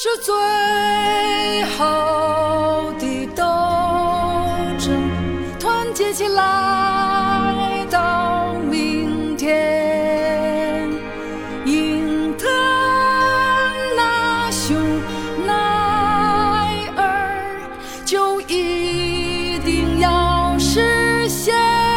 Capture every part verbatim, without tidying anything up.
是最后的斗争，团结起来到明天，赢得那熊奈尔就一定要实现，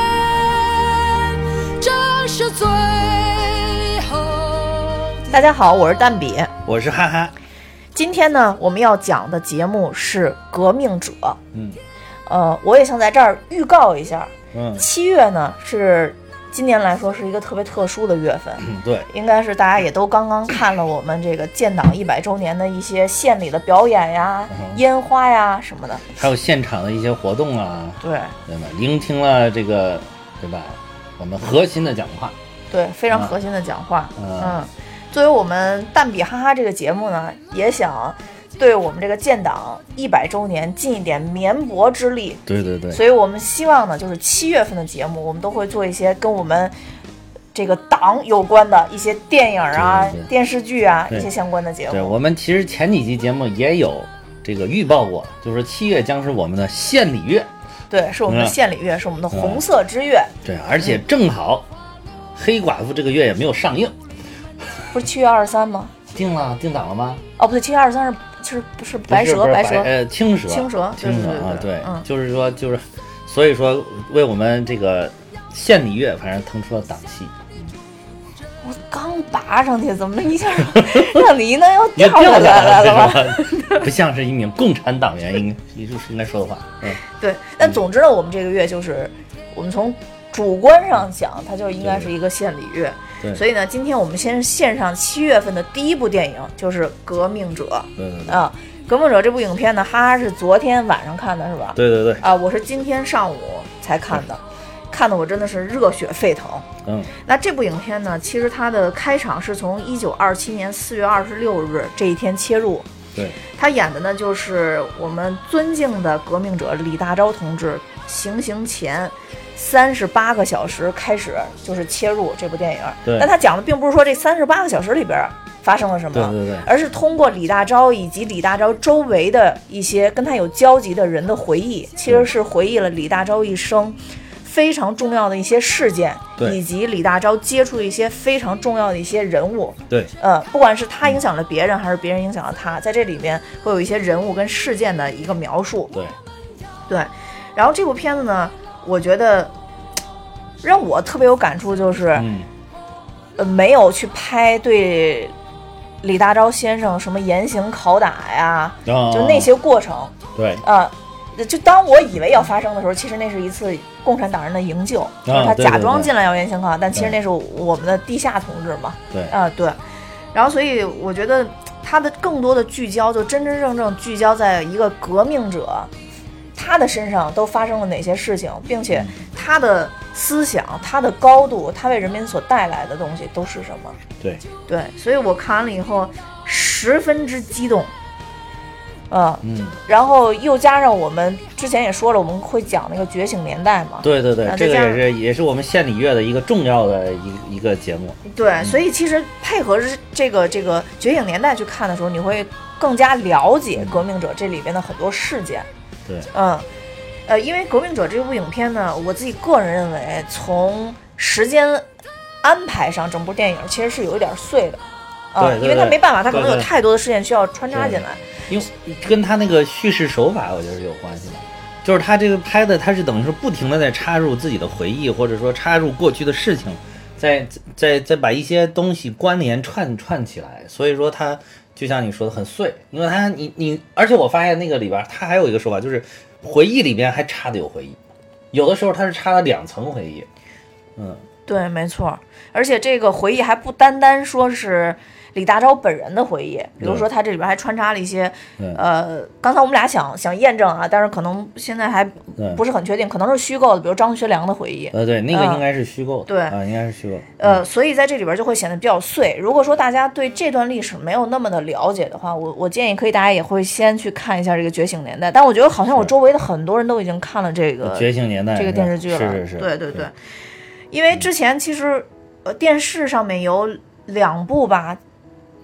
这是最后。 大家好，我是蛋比， 我是哈哈。 今天呢，我们要讲的节目是《革命者》。 嗯， 呃，我也想在这儿预告一下， 嗯， 七月呢是今年来说是一个特别特殊的月份。 嗯，对， 应该是大家也都刚刚看了我们这个建党一百周年的一些县里的表演呀、 嗯、 烟花呀什么的， 还有现场的一些活动啊， 对， 对吧？聆听了这个，对吧？我们核心的讲话， 对，非常核心的讲话， 嗯。 嗯作为我们蛋比哈哈这个节目呢，也想对我们这个建党一百周年尽一点绵薄之力。 对对对。 所以我们希望呢，就是七月份的节目，我们都会做一些跟我们这个党有关的一些电影啊、 对对对电视剧啊一些相关的节目。 对，我们其实前几期节目也有这个预报过，就是七月将是我们的献礼月。 对，是我们的献礼月，嗯、是我们的红色之月。 嗯、对，而且正好、嗯、黑寡妇这个月也没有上映。 不是七月二十三吗？ 定了，定档了吗？ 哦，不对，七月二十三是是不是白蛇？白蛇呃，青蛇， 青蛇， 青蛇啊，对， 嗯， 就是说，就是，所以说，为我们这个献礼月，反正腾出了档期。 我刚拔上去，怎么一下让你呢又掉下来了吧？不像是一名共产党员应应应该说的话。嗯， 对。但总之呢，我们这个月就是我们从主观上讲，它就应该是一个献礼月。 对， 所以呢，今天我们先献上七月份的第一部电影，就是《革命者》。 对对对啊，《革命者》这部影片呢，哈哈是昨天晚上看的，是吧？ 对对对。 啊，我是今天上午才看的，看的我真的是热血沸腾。 嗯， 那这部影片呢，其实它的开场是从一九二七年四月二十六日这一天切入。 对， 他演的呢就是我们尊敬的革命者李大钊同志行刑前三十八个小时开始就是切入这部电影。 对， 但他讲的并不是说这三十八个小时里边发生了什么， 对对对， 而是通过李大钊以及李大钊周围的一些跟他有交集的人的回忆，其实是回忆了李大钊一生非常重要的一些事件，以及李大钊接触的一些非常重要的一些人物。 对， 呃，不管是他影响了别人，还是别人影响了他，在这里面会有一些人物跟事件的一个描述。 对， 对。然后这部片子呢，我觉得让我特别有感触，就是、 嗯、 呃，没有去拍对李大钊先生什么严刑拷打呀， 哦、 就那些过程。 对， 啊。呃就当我以为要发生的时候，其实那是一次共产党人的营救， 啊、 就是他假装进来要严刑拷打，但其实那是我们的地下同志嘛。 对， 啊对。然后所以我觉得他的更多的聚焦，就真真正正聚焦在一个革命者他的身上都发生了哪些事情，并且他的思想、他的高度、他为人民所带来的东西都是什么。 对对，所以我看完了以后十分之激动。呃、嗯，然后又加上我们之前也说了，我们会讲那个觉醒年代嘛。 对对对，这个也是也是我们献礼月的一个重要的一一个节目。 对、 嗯， 所以其实配合这个这个觉醒年代去看的时候，你会更加了解革命者这里边的很多事件。 对， 嗯，呃，因为革命者这部影片呢，我自己个人认为，从时间安排上，整部电影其实是有一点碎的。啊、呃，因为他没办法，他可能有太多的事件需要穿插进来。 因为跟他那个叙事手法，我觉得是有关系的，就是他这个拍的，他是等于是不停的在插入自己的回忆，或者说插入过去的事情，在在在把一些东西关联串串起来，所以说他就像你说的很碎，因为他你你，而且我发现那个里边他还有一个说法，就是回忆里边还插的有回忆，有的时候他是插了两层回忆，嗯， 对，没错，而且这个回忆还不单单说是李大钊本人的回忆，比如说他这里边还穿插了一些，呃，刚才我们俩想想验证啊，但是可能现在还不是很确定，可能是虚构的，比如张学良的回忆。 呃，对，那个应该是虚构的， 嗯、对啊，应该是虚构。 呃，所以在这里边就会显得比较碎。如果说大家对这段历史没有那么的了解的话，我我建议可以大家也会先去看一下这个《觉醒年代》，但我觉得好像我周围的很多人都已经看了这个 《觉醒年代》 这个电视剧了， 是是是， 对对对，因为之前其实呃电视上面有两部吧。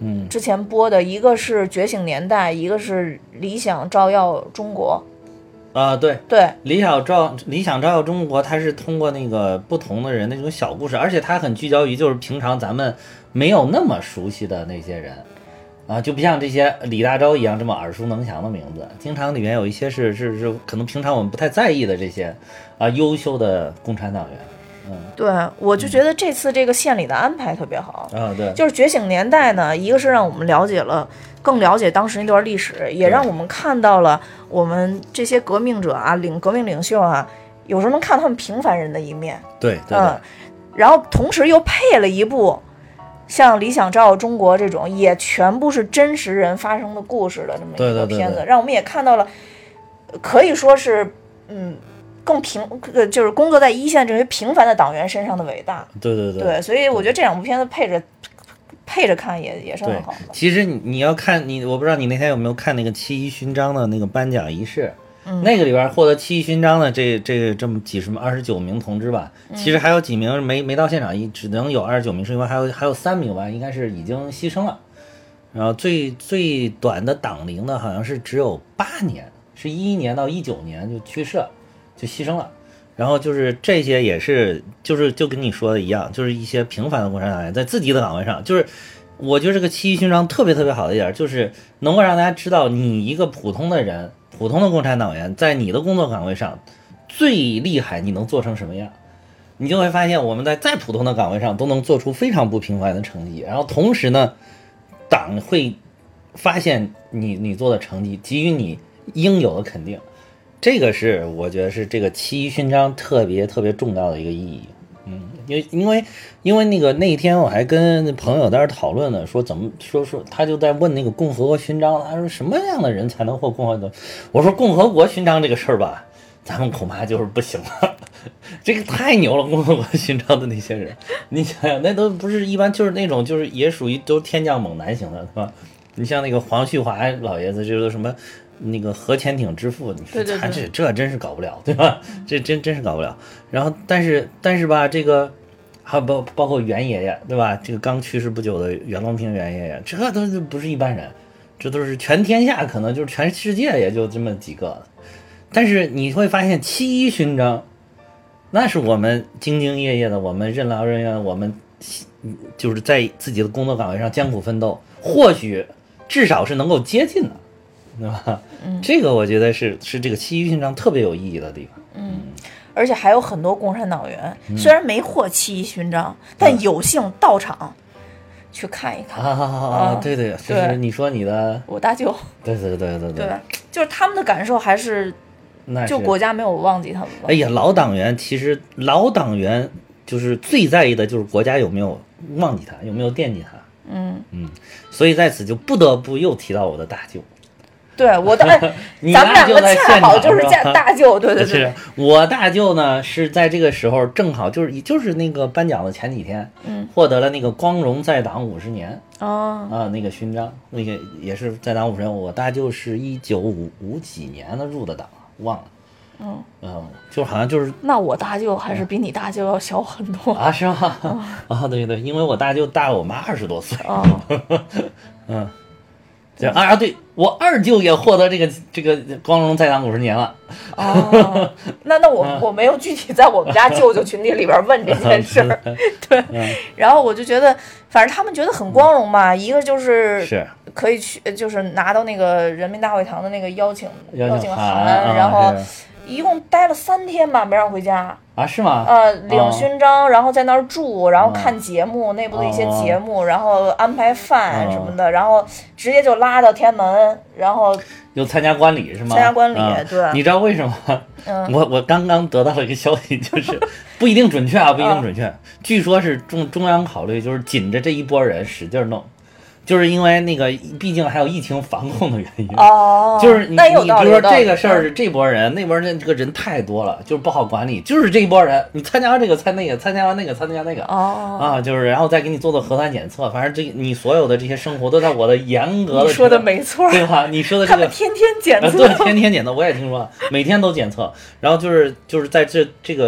嗯， 之前播的，一个是《觉醒年代》，一个是《理想照耀中国》。 啊，对对， 理想照理想照耀中国，它是通过那个不同的人那种小故事，而且它很聚焦于就是平常咱们没有那么熟悉的那些人，啊，就不像这些李大钊一样这么耳熟能详的名字，经常里面有一些是是是可能平常我们不太在意的这些啊优秀的共产党员。嗯， 对，我就觉得这次这个献礼的安排特别好。 啊，对， 就是《觉醒年代》呢，一个是让我们了解了，更了解当时那段历史，也让我们看到了我们这些革命者啊、领革命领袖啊，有时候能看他们平凡人的一面。 对对对。 嗯，然后同时又配了一部像《理想照耀中国》这种也全部是真实人发生的故事的这么一个片子， 对对对对， 让我们也看到了，可以说是嗯。更平，呃，就是工作在一线这些平凡的党员身上的伟大。 对对对， 对，所以我觉得这两部片子配着配着看也也是很好的。 其实你你要看你，我不知道你那天有没有看那个七一勋章的那个颁奖仪式，嗯、那个里边获得七一勋章的这这这么几十二十九名同志吧， 嗯、 其实还有几名没没到现场，只能有二十九名，是因为还有还有三名吧，应该是已经牺牲了。然后最最短的党龄的好像是只有八年，是一一年到一九年就去世了。就牺牲了，然后就是这些也是，就是就跟你说的一样，就是一些平凡的共产党员在自己的岗位上，就是我觉得这个七一勋章特别特别好的一点，就是能够让大家知道，你一个普通的人，普通的共产党员，在你的工作岗位上最厉害，你能做成什么样？你就会发现，我们在再普通的岗位上都能做出非常不平凡的成绩，然后同时呢，党会发现你你做的成绩，给予你应有的肯定。这个是我觉得是这个七一勋章特别特别重要的一个意义，嗯，因为因为因为那个那天我还跟朋友在这讨论呢，说怎么说说他就在问那个共和国勋章，他说什么样的人才能获共和国？我说共和国勋章这个事儿吧，咱们恐怕就是不行了，这个太牛了，共和国勋章的那些人，你想想那都不是一般，就是那种就是也属于都是天降猛男型的，对吧？你像那个黄旭华老爷子，就是什么。那个核潜艇之父，你说他这这真是搞不了，对吧？这真真是搞不了。然后，但是但是吧，这个还包包括袁爷爷，对吧？这个刚去世不久的袁隆平袁爷爷，这都是不是一般人，这都是全天下可能就是全世界也就这么几个。但是你会发现，七一勋章，那是我们兢兢业业的，我们任劳任怨，我们就是在自己的工作岗位上艰苦奋斗，或许至少是能够接近的。对吧？嗯，这个我觉得是是这个七一勋章特别有意义的地方。 嗯，而且还有很多共产党员，嗯、虽然没获七一勋章，嗯、但有幸到场、嗯、去看一看。 啊啊啊！啊对对，就是你说你的我大舅。 对对对对对， 对，就是他们的感受还是， 那就国家没有忘记他们。 哎呀，老党员其实老党员就是最在意的就是国家有没有忘记他，有没有惦记他。 嗯嗯，所以在此就不得不又提到我的大舅。 对我的，咱们两个恰好就是见大舅，对对对。 是我大舅呢，是在这个时候正好就是就是那个颁奖的前几天， 嗯， 获得了那个光荣在党五十年哦啊那个勋章，那个也是在党五十年。我大舅是一九五五几年的入的党，忘了。 嗯嗯，就好像就是那我大舅还是比你大舅要小很多啊，是吗？啊，对对，因为我大舅大我妈二十多岁。 哦， 嗯。对啊，对我二舅也获得这个这个光荣在党五十年了。 哦，那那我、嗯、我没有具体在我们家舅舅群体里边问这件事儿，对、嗯。然后我就觉得，反正他们觉得很光荣嘛。嗯、一个就是是可以去，就是拿到那个人民大会堂的那个邀请邀请函， 然后一共待了三天吧，没让回家。 啊，是吗？ 呃，领勋章，哦、然后在那儿住，然后看节目，哦、内部的一些节目，哦、然后安排饭什么的，哦、然后直接就拉到天安门，然后又参加观礼是吗？ 参加观礼， 嗯、 对。 你知道为什么？ 嗯、 我我刚刚得到了一个消息，就是不一定准确啊，不一定准确。嗯、据说是中中央考虑，就是紧着这一波人使劲弄。就是因为那个，毕竟还有疫情防控的原因。 哦， 就是你你比如说这个事儿是这波人，那波人这个人太多了，就是不好管理。就是这一波人，你参加完这个参那个，参加完那个参加那个。 哦啊，就是然后再给你做做核酸检测，反正这你所有的这些生活都在我的严格的。 你说的没错， 对吧？你说的这个。 他们天天检测。 对，天天检测，我也听说，每天都检测。然后就是就是在这这个。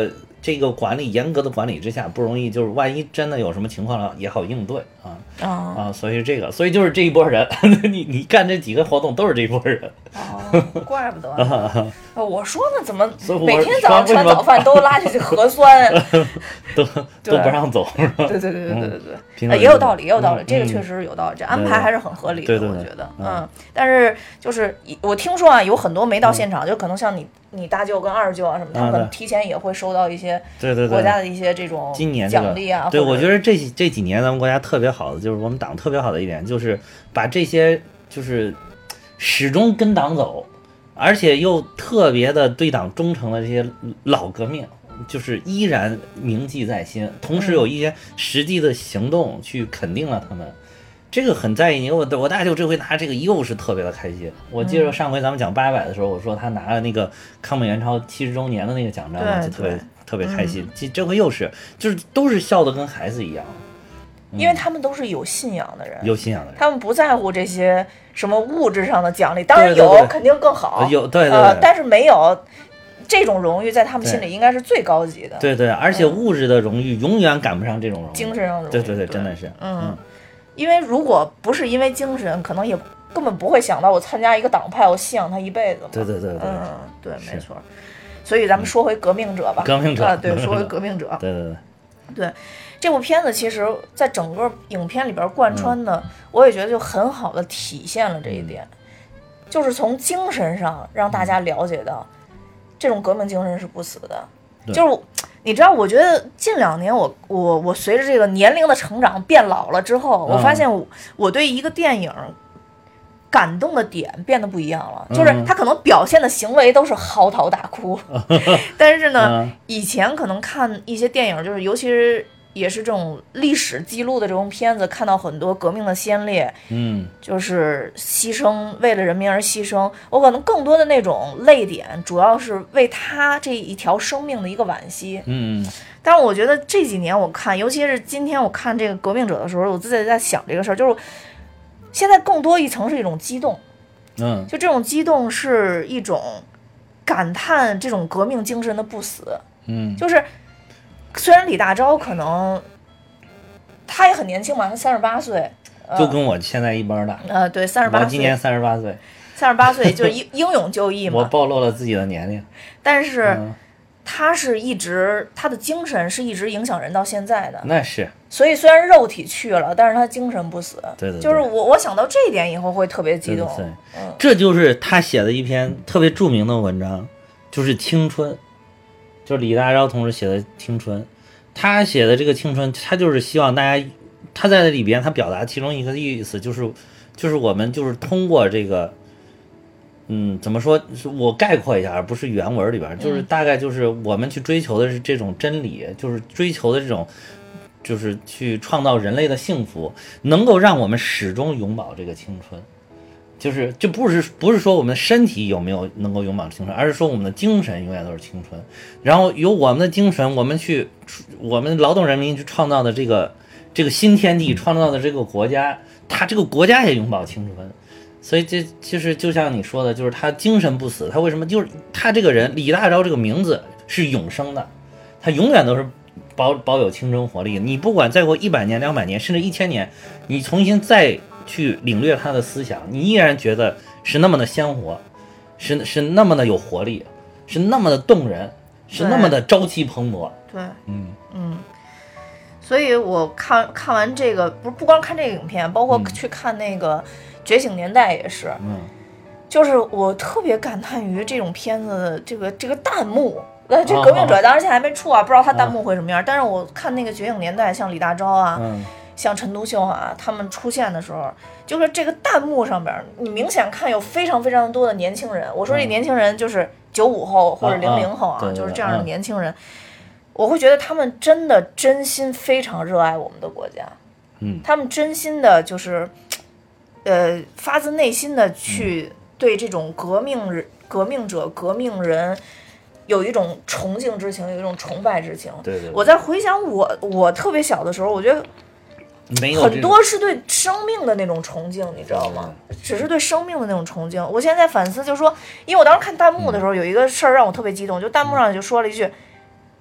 这个管理严格的管理之下，不容易就是万一真的有什么情况了也好应对啊、 哦、 啊，所以这个，所以就是这一波人，你你干这几个活动都是这一波人。 哦，怪不得呢。我说呢，怎么每天早上吃完早饭都拉下去核酸， 都都不让走是吧？ 对对对对对对对、 嗯， 也有道理，也有道理， 嗯、 这个确实有道理，这安排还是很合理的， 对对对我觉得， 嗯。 嗯，但是就是我听说啊，有很多没到现场，嗯、就可能像你你大舅跟二舅啊什么，他们可能提前也会收到一些对对国家的一些这种奖励啊。 对，我觉得这这几年咱们国家特别好的，就是我们党特别好的一点，就是把这些就是始终跟党走，而且又特别的对党忠诚的这些老革命，就是依然铭记在心，同时有一些实际的行动去肯定了他们。嗯，这个很在意你，我我大舅这回拿这个又是特别的开心。我记得上回咱们讲八百的时候，我说他拿了那个抗美援朝七十周年的那个奖章，就特别特别开心。这、嗯、这回又是，就是都是笑得跟孩子一样、 嗯，因为他们都是有信仰的人， 有信仰的人， 他们不在乎这些什么物质上的奖励，当然有， 对对对， 肯定更好， 有对对对、 呃，但是没有。这种荣誉在他们心里应该是最高级的， 对对，而且物质的荣誉永远赶不上这种荣誉， 精神上的荣誉， 对对对，真的是， 嗯。嗯，因为如果不是因为精神，可能也根本不会想到我参加一个党派，我信仰他一辈子嘛。 对对对对， 嗯，对，没错。所以咱们说回革命者吧， 革命者啊，对，说回革命者。 对对对， 对，这部片子其实在整个影片里边贯穿的，嗯、我也觉得就很好的体现了这一点，嗯、就是从精神上让大家了解到，这种革命精神是不死的，就是。你知道，我觉得近两年我我我随着这个年龄的成长变老了之后，我发现我我对一个电影感动的点变得不一样了，就是他可能表现的行为都是嚎啕大哭，但是呢，以前可能看一些电影，就是尤其是也是这种历史记录的这种片子，看到很多革命的先烈， 嗯， 就是牺牲为了人民而牺牲，我可能更多的那种泪点，主要是为他这一条生命的一个惋惜， 嗯。 但是我觉得这几年我看，尤其是今天我看这个革命者的时候，我自己在想这个事儿，就是现在更多一层是一种激动， 嗯， 就这种激动是一种感叹这种革命精神的不死， 嗯， 就是虽然李大钊可能他也很年轻嘛，他三十八岁， 就跟我现在一般大， 呃，对，三十八岁， 我今年三十八岁， 三十八岁就是英英勇就义嘛， 我暴露了自己的年龄， 但是。 嗯， 他是一直他的精神是一直影响人到现在的， 那是， 所以虽然肉体去了，但是他精神不死。 对对对， 就是我我想到这一点以后会特别激动。 对对对， 嗯， 这就是他写的一篇特别著名的文章，就是《青春》，就是李大钊同志写的《青春》。他写的这个《青春》，他就是希望大家，他在里边他表达其中一个意思就是，就是我们就是通过这个。嗯，怎么说？我概括一下，而不是原文里边，就是大概就是我们去追求的是这种真理，嗯、就是追求的这种，就是去创造人类的幸福，能够让我们始终永葆这个青春。就是就不是不是说我们的身体有没有能够永葆青春，而是说我们的精神永远都是青春。然后由我们的精神，我们去我们劳动人民去创造的这个这个新天地，创造的这个国家，它这个国家也永葆青春。所以这其实就像你说的，就是他精神不死，他为什么就是他这个人李大钊这个名字是永生的，他永远都是保保有青春活力。你不管再过一百年、两百年，甚至一千年，你重新再去领略他的思想，你依然觉得是那么的鲜活，是是那么的有活力，是那么的动人，是那么的朝气蓬勃。 对， 嗯嗯。所以我看看完这个，不不光看这个影片，包括去看那个。觉醒年代也是， 嗯， 就是我特别感叹于这种片子的这个这个弹幕，呃，这革命者当然现在还没出啊，不知道他弹幕会什么样。但是我看那个觉醒年代，像李大钊啊， 嗯， 像陈独秀啊，他们出现的时候，就是这个弹幕上边，你明显看有非常非常多的年轻人。我说这年轻人就是九五后或者零零后啊，就是这样的年轻人，我会觉得他们真的真心非常热爱我们的国家， 嗯， 他们真心的就是。呃，发自内心的去对这种革命人、革命者、革命人有一种崇敬之情，有一种崇拜之情。 对 对, 对。 我在回想我我特别小的时候，我觉得很多是对生命的那种崇敬，你知道吗？只是对生命的那种崇敬。我现在反思，就是说，因为我当时看弹幕的时候，有一个事儿让我特别激动，就弹幕上就说了一句：“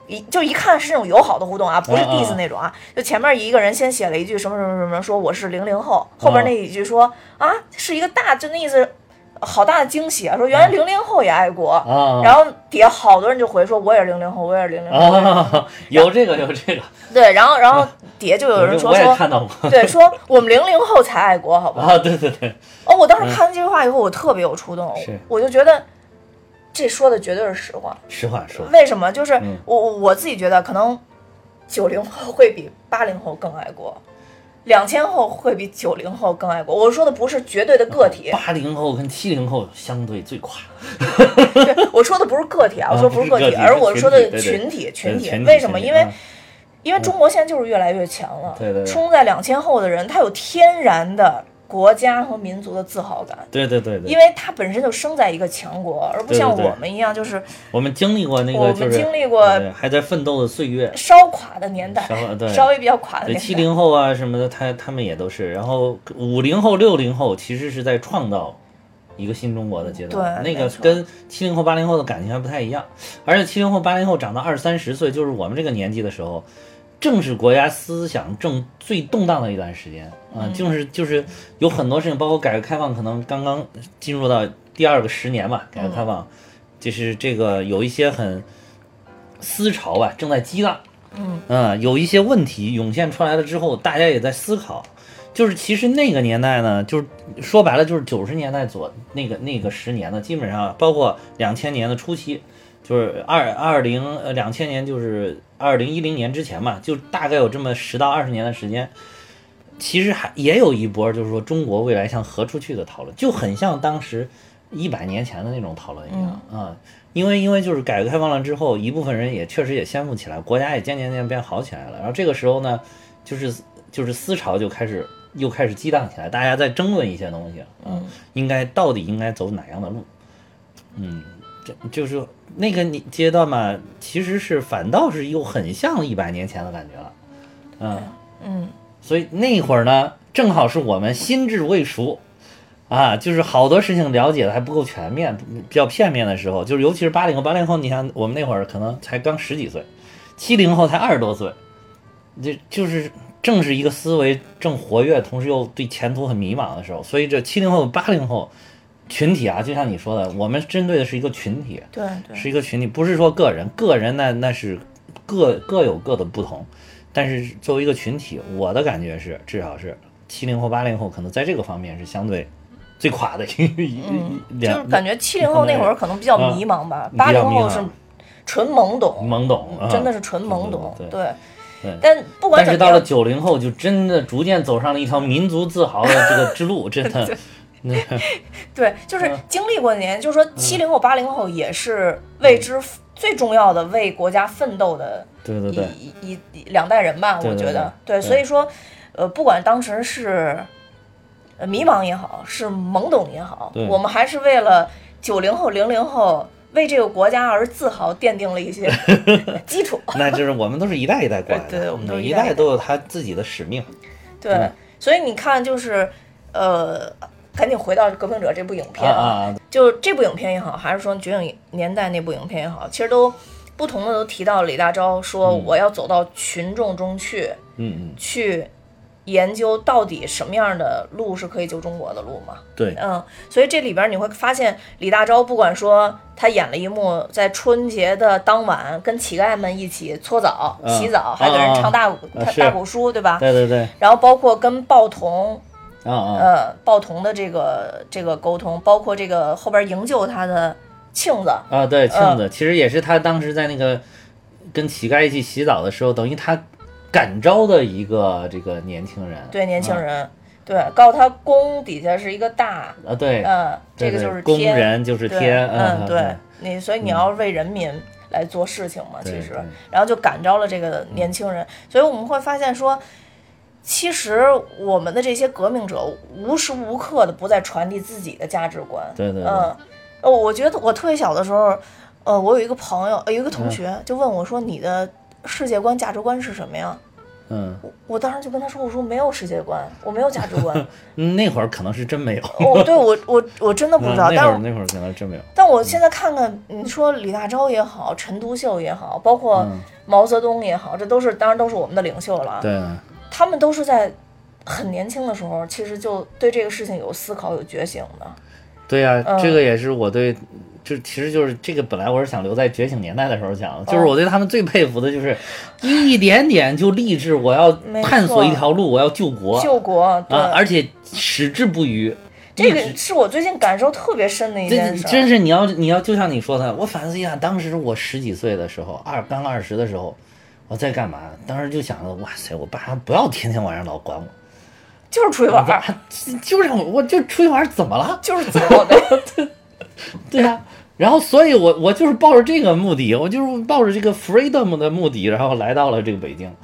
一就一看是那种友好的互动啊，不是 diss 那种啊，就前面一个人先写了一句什么什么什么，说我是零零后，后边那一句说啊是一个大，就那意思。好大的惊喜啊！说原来零零后也爱国， 啊、 然后底下好多人就回说我也是零零后，我也是零零后、 啊，有这个有这个。 对，然后然后底下就有人说我也看到过， 对，说我们零零后才爱国，好不好？ 啊，对对对。 哦，我当时看完这句话以后，我特别有触动， 是我就觉得这说的绝对是实话， 实话说。 为什么？就是、 嗯、 我我自己觉得，可能九零后会比八零后更爱国。两千后会比九零后更爱国，我说的不是绝对的个体。 八零后跟七零后相对最垮。 对，我说的不是个体啊，我说不是个体， 啊、 而我说的群体，群体， 群体。 为什么？因为、 嗯、 因为中国现在就是越来越强了。 对对对。 冲在两千后的人，他有天然的国家和民族的自豪感。 对对对对。 因为他本身就生在一个强国，而不像我们一样，就是我们经历过那个， 我们经历过还在奋斗的岁月， 稍垮的年代， 稍对稍微比较垮的年代。 七零后啊什么的，他他们也都是。然后五零后、六零后其实是在创造一个新中国的阶段， 对， 那个跟七零后、八零后的感情还不太一样。而且七零后、八零后长到二三十岁，就是我们这个年纪的时候。正是国家思想正最动荡的一段时间啊、呃，就是就是有很多事情，包括改革开放，可能刚刚进入到第二个十年吧，改革开放，嗯、就是这个有一些很思潮吧，正在激荡， 嗯呃，有一些问题涌现出来了之后，大家也在思考，就是其实那个年代呢，就是说白了就是九十年代左那个那个十年呢，基本上包括两千年的初期。就是二二零呃两千年，就是二零一零年之前嘛，就大概有这么十到二十年的时间。其实还也有一波，就是说中国未来向何处去的讨论，就很像当时一百年前的那种讨论一样啊、 嗯嗯。因为因为就是改革开放了之后，一部分人也确实也先富起来，国家也渐渐渐变好起来了。然后这个时候呢，就是就是思潮就开始又开始激荡起来，大家在争论一些东西， 嗯， 应该到底应该走哪样的路，嗯。这就是那个你阶段嘛，其实是反倒是又很像一百年前的感觉了，嗯嗯， 所以那会儿呢，正好是我们心智未熟，啊，就是好多事情了解的还不够全面，比较片面的时候，就是尤其是八零后、八零后，你想我们那会儿可能才刚十几岁，七零后才二十多岁，这就是正是一个思维正活跃，同时又对前途很迷茫的时候，所以这七零后、八零后。群体啊，就像你说的，我们针对的是一个群体， 对对， 是一个群体，不是说个人，个人那那是各各有各的不同，但是作为一个群体，我的感觉是，至少是七零后、八零后，可能在这个方面是相对最垮的一一、 嗯、 两， 就是感觉七零后那会儿可能比较迷茫吧，八、 嗯、 零后是纯懵懂， 懵懂， 嗯、真的是纯懵懂， 对。 对对， 但不管但是到了九零后，就真的逐渐走上了一条民族自豪的这个之路，真的。 对，就是经历过年，就是说七零后、八零后也是为之最重要的为国家奋斗的， 对对对， 一一一两代人吧，我觉得，对，所以说，呃，不管当时是呃迷茫也好，是懵懂也好，我们还是为了九零后、零零后为这个国家而自豪，奠定了一些基础。 那就是我们都是一代一代过来的， 对，我们都每一代都有他自己的使命。 对，嗯、所以你看，就是呃。赶紧回到《革命者》这部影片啊，啊就这部影片也好，还是说《绝影年代》那部影片也好，其实都不同的都提到李大钊说我要走到群众中去， 嗯嗯， 去研究到底什么样的路是可以救中国的路嘛？ 对， 嗯，所以这里边你会发现，李大钊不管说他演了一幕在春节的当晚跟乞丐们一起搓澡、 啊、 洗澡， 啊、 还给人唱大鼓、 啊、 大鼓书，对吧？ 对对对。 然后包括跟鲍同。 啊啊， 呃，鲍同的这个这个沟通，包括这个后边营救他的庆子啊，对，庆子、呃、其实也是他当时在那个跟乞丐一起洗澡的时候，等于他感召的一个这个年轻人， 对年轻人，啊、对，告诉他宫底下是一个大啊，对， 嗯、呃，这个就是工人就是天， 嗯， 嗯对，嗯、你所以你要为人民来做事情嘛， 嗯、 其实，然后就感召了这个年轻人，所以我们会发现说。其实我们的这些革命者无时无刻的不在传递自己的价值观。 对对对。 嗯，我觉得我特别小的时候，呃，我有一个朋友，有一个同学就问我说：“你的世界观、价值观是什么呀？” 嗯， 我我当时就跟他说，我说没有世界观，我没有价值观。 那会儿可能是真没有。 哦，对我我我真的不知道， 嗯、那但是会儿那会儿可能真没有。 但我现在看看，你说李大钊也好，陈独秀也好，包括毛泽东也好，这都是当然都是我们的领袖了。 对， 他们都是在很年轻的时候，其实就对这个事情有思考、有觉醒的。 对呀、啊嗯， 这个也是我对。就其实就是这个，本来我是想留在觉醒年代的时候讲，就是我对他们最佩服的就是一点点就立志，我要探索一条路，我要救国， 救国对啊，而且矢志不渝。 这个是我最近感受特别深的一件事。 真是你要你要就像你说的，我反思一下，当时我十几岁的时候，二刚二十的时候，我在干嘛？当时就想着，哇塞，我爸不要天天晚上老管我。 就是出去玩， 就是我，我就出去玩，怎么了？ 就是自由的， 对啊。然后，所以我我就是抱着这个目的，我就是抱着这个 freedom 的目的，然后来到了这个北京。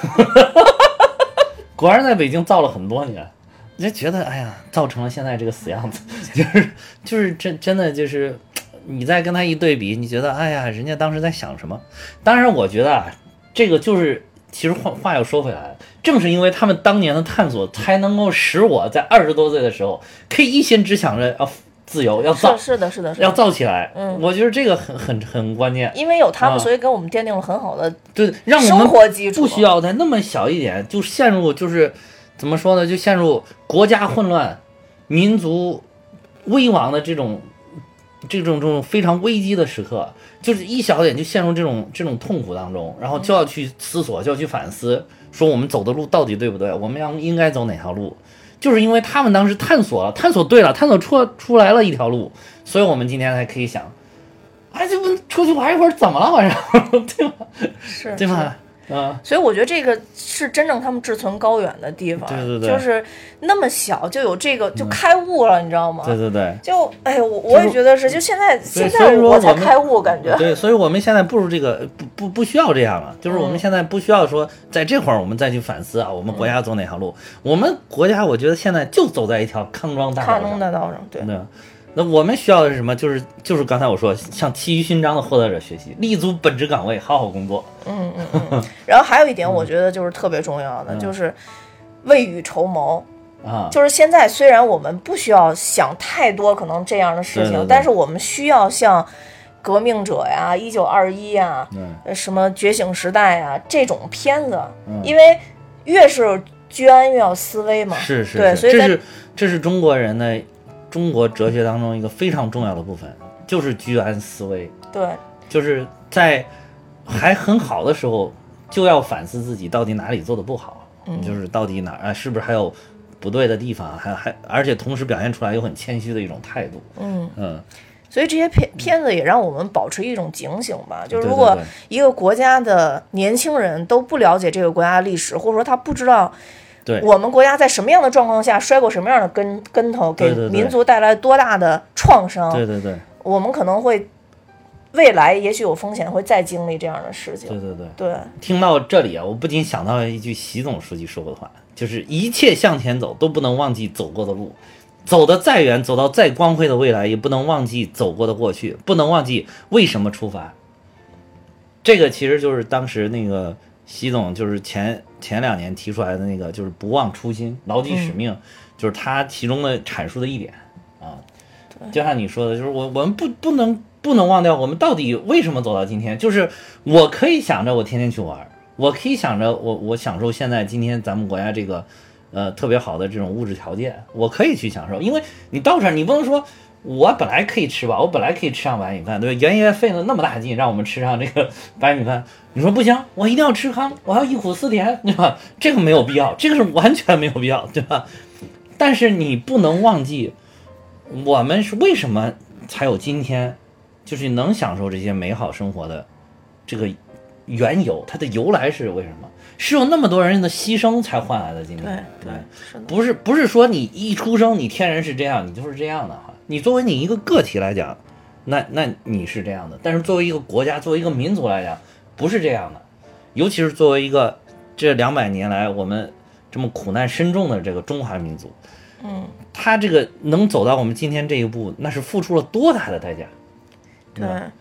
果然在北京造了很多年，你就觉得哎呀，造成了现在这个死样子，就是就是真真的就是，你再跟他一对比，你觉得哎呀，人家当时在想什么？当然，我觉得啊，这个就是其实话话又说回来，正是因为他们当年的探索，才能够使我在二十多岁的时候，可以一心只想着要。自由要造， 是的，是的，是的， 要造起来。 嗯， 我觉得这个很很很关键， 因为有他们， 啊、 所以给我们奠定了很好的对，让我们生活基础。 不需要在那么小一点就陷入，就是怎么说呢？就陷入国家混乱、民族危亡的这种这种这种非常危机的时刻，就是一小点就陷入这种这种痛苦当中，然后就要去思索，就要去反思，说我们走的路到底对不对？我们要应该走哪条路？就是因为他们当时探索了，探索对了，探索出出来了一条路，所以我们今天才可以想，哎，这不出去玩一会儿怎么了晚上，对吧？ 是， 对吧？啊， 所以我觉得这个是真正他们志存高远的地方， 对对对， 就是那么小就有这个就开悟了，嗯、你知道吗？ 对对对， 就哎，我我也觉得是，就现在现在我才开悟，感觉对，所以我们现在不如这个不不不需要这样了，就是我们现在不需要说在这会儿我们再去反思啊，我们国家走哪条路？嗯、我们国家我觉得现在就走在一条康庄大道上， 康庄大道上，对。 对那我们需要的是什么？就是就是刚才我说，向其余勋章的获得者学习，立足本职岗位，好好工作。 嗯嗯嗯。然后还有一点，我觉得就是特别重要的，嗯、就是未雨绸缪啊。 就是现在虽然我们不需要想太多可能这样的事情， 对对对但是我们需要像革命者呀、一九二一呀、什么觉醒时代呀这种片子， 嗯、 因为越是居安越要思危嘛。 是是是。 对，所以这是这是中国人的。中国哲学当中一个非常重要的部分就是居安思危， 对， 就是在还很好的时候就要反思自己到底哪里做的不好， 嗯、 就是到底哪啊是不是还有不对的地方，还还而且同时表现出来又很谦虚的一种态度， 嗯嗯， 所以这些片片子也让我们保持一种警醒吧，就是如果一个国家的年轻人都不了解这个国家的历史，或者说他不知道。 对我们国家在什么样的状况下摔过什么样的跟跟头，给民族带来多大的创伤？ 对对对， 我们可能会未来也许有风险会再经历这样的事情。 对对对对。 听到这里啊，我不仅想到了一句习总书记说过的话，就是一切向前走都不能忘记走过的路，走得再远，走到再光辉的未来，也不能忘记走过的过去，不能忘记为什么出发。这个其实就是当时那个。习总就是前前两年提出来的那个，就是不忘初心、牢记使命，嗯、就是他其中的阐述的一点啊。就像你说的，就是我我们不不能不能忘掉我们到底为什么走到今天。就是我可以想着我天天去玩，我可以想着我我享受现在今天咱们国家这个呃特别好的这种物质条件，我可以去享受。因为你到这儿，你不能说。我本来可以吃饱，我本来可以吃上白米饭，对吧？原爷费了那么大劲让我们吃上这个白米饭，你说不行，我一定要吃康，我要忆苦思甜，对吧？这个没有必要，这个是完全没有必要，对吧？但是你不能忘记，我们是为什么才有今天，就是能享受这些美好生活的这个缘由，它的由来是为什么？是有那么多人的牺牲才换来的今天。 对对，是的， 不是不是说你一出生你天然是这样，你就是这样的哈。你作为你一个个体来讲，那那你是这样的，但是作为一个国家，作为一个民族来讲，不是这样的。尤其是作为一个这两百年来我们这么苦难深重的这个中华民族， 嗯， 他这个能走到我们今天这一步，那是付出了多大的代价？ 对。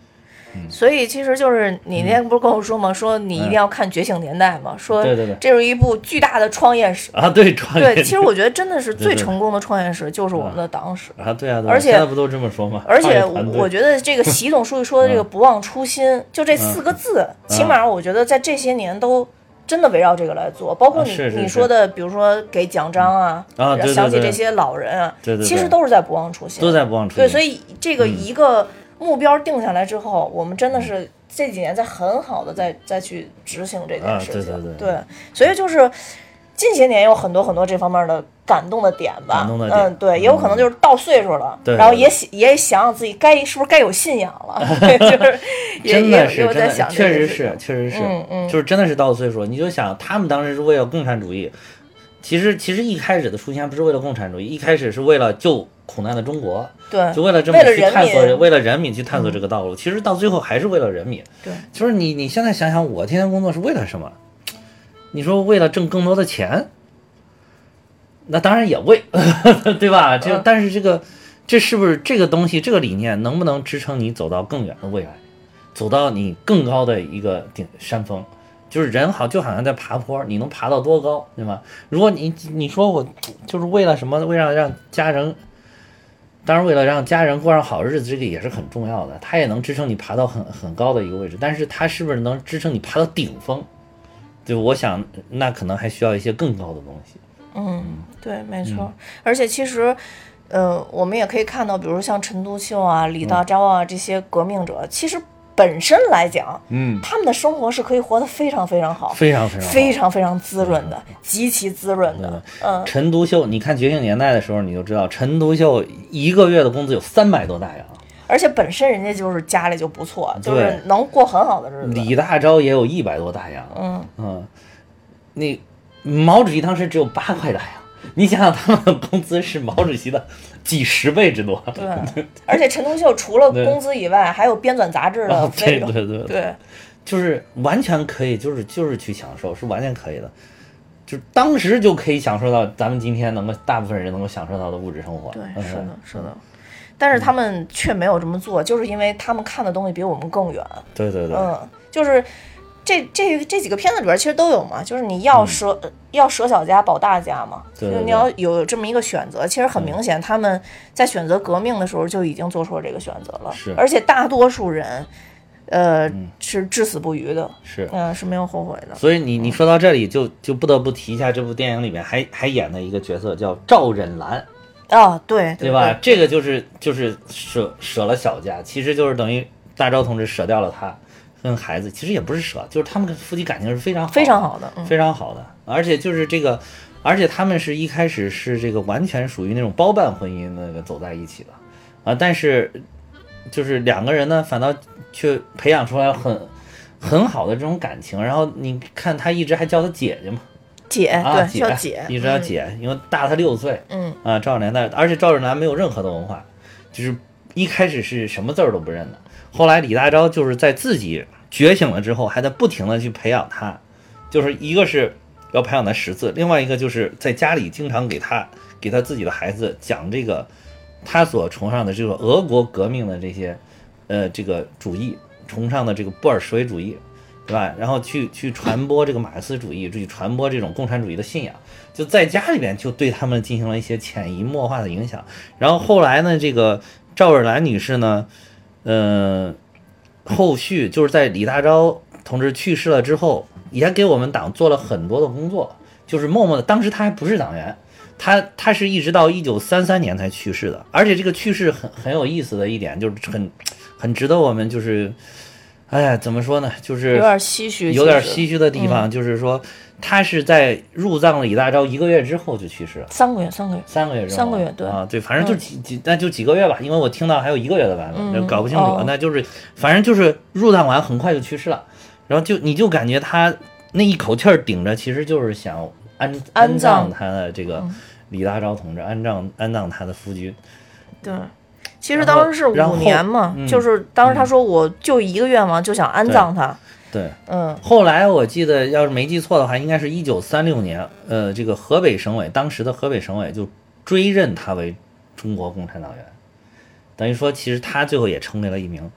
所以其实就是你那天不是跟我说吗？说你一定要看《觉醒年代》嘛，说对对对这是一部巨大的创业史啊，对创业。 对，其实我觉得真的是最成功的创业史就是我们的党史啊，对啊，对啊， 而且现在不都这么说吗？ 而且我觉得这个习总书记说的这个不忘初心，就这四个字，起码我觉得在这些年都。真的围绕这个来做，包括你、 啊、是是是你说的，比如说给奖章啊， 啊，对对对想起这些老人啊， 对对对其实都是在不忘初心， 都在不忘初心。 对，所以这个一个目标定下来之后，嗯、我们真的是这几年在很好的再再去执行这件事情， 啊、对对对， 对，所以就是近些年有很多很多这方面的感动的点吧， 感动的点嗯，对，也有可能就是到岁数了， 嗯、 然后也也想想自己该是不是该有信仰了，就是也真的是也有在想确实是确实是， 嗯嗯， 就是真的是到岁数，你就想他们当时是为了共产主义，其实其实一开始的初心不是为了共产主义，一开始是为了救苦难的中国， 对， 就为了这么去探索， 为了, 为了人民去探索这个道路，嗯、其实到最后还是为了人民， 对， 就是你你现在想想，我天天工作是为了什么？你说为了挣更多的钱？那当然也为，对吧？这但是这个，这是不是这个东西，这个理念能不能支撑你走到更远的未来，走到你更高的一个顶山峰？就是人好，就好像在爬坡，你能爬到多高，对吗？如果你你说我就是为了什么？为了让家人，当然为了让家人过上好日子，这个也是很重要的，它也能支撑你爬到很很高的一个位置。但是它是不是能支撑你爬到顶峰？对，我想那可能还需要一些更高的东西。 嗯，对，没错。嗯、而且其实，呃，我们也可以看到，比如像陈独秀啊、李大钊啊、嗯、这些革命者，其实本身来讲， 嗯， 他们的生活是可以活得非常非常好， 非常非常好非常非常滋润的，嗯、极其滋润的。嗯， 陈独秀，你看《觉醒年代》的时候，你就知道陈独秀一个月的工资有三百多大洋。 而且本身人家就是家里就不错，就是能过很好的日子。 李大钊也有一百多大洋。 嗯嗯，那。毛主席当时只有八块大洋，你想想他们的工资是毛主席的几十倍之多。 对，而且陈独秀除了工资以外，还有编纂杂志的费用。 啊、对对 对, 对， 就是完全可以，就是就是去享受，是完全可以的。就是当时就可以享受到咱们今天能够大部分人能够享受到的物质生活。 对， 嗯、 是的，是的。但是他们却没有这么做，就是因为他们看的东西比我们更远。 对对对， 嗯，就是。这这这几个片子里边其实都有嘛，就是你要舍、嗯、要舍小家保大家嘛， 对对对， 就是你要有这么一个选择。其实很明显，他们在选择革命的时候就已经做出了这个选择了， 是， 而且大多数人，呃， 嗯、 是至死不渝的， 是， 嗯、呃，是没有后悔的。 所以你你说到这里就，就就不得不提一下这部电影里面还还演的一个角色叫赵忍兰。 啊，对，对对吧？这个就是就是舍舍了小家，其实就是等于大钊同志舍掉了他。跟孩子其实也不是舍，就是他们夫妻感情是非常好非常好的， 嗯、非常好的，而且就是这个，而且他们是一开始是这个完全属于那种包办婚姻那个走在一起的啊，但是就是两个人呢，反倒却培养出来很很好的这种感情。然后你看他一直还叫他姐姐嘛， 姐， 啊、 对， 姐叫姐， 一直叫姐，嗯、因为大他六岁， 嗯啊，赵忍兰，而且赵忍兰没有任何的文化，就是一开始是什么字儿都不认的。后来李大钊就是在自己觉醒了之后，还在不停的去培养他，就是一个是要培养他识字，另外一个就是在家里经常给他给他自己的孩子讲这个他所崇尚的这个俄国革命的这些呃这个主义，崇尚的这个布尔什维主义，对吧？然后去去传播这个马克思主义，去传播这种共产主义的信仰，就在家里边就对他们进行了一些潜移默化的影响。然后后来呢，这个赵忍兰女士呢，呃，后续就是在李大钊同志去世了之后，也给我们党做了很多的工作，就是默默的。当时他还不是党员，他他是一直到一九三三年才去世的。而且这个去世很很有意思的一点，就是很很值得我们就是，哎呀，怎么说呢？就是有点唏嘘， 有点唏嘘的地方，嗯、就是说他是在入葬了李大钊一个月之后就去世了， 三个月，三个月， 三个月之后， 三个月，对啊，对，反正就几、嗯、几，那就几个月吧，因为我听到还有一个月的版本， 嗯、 搞不清楚， 哦、 那就是反正就是入葬完很快就去世了，然后就你就感觉他那一口气儿顶着，其实就是想安安葬他的这个李大钊同志，安葬安葬他的夫君， 对。其实当时是五年嘛， 嗯、 就是当时他说我就一个月嘛，嗯、就想安葬他。 对， 嗯， 后来我记得要是没记错的话，应该是一九三六年，呃，这个河北省委当时的河北省委就追认他为中国共产党员，等于说其实他最后也成为了一名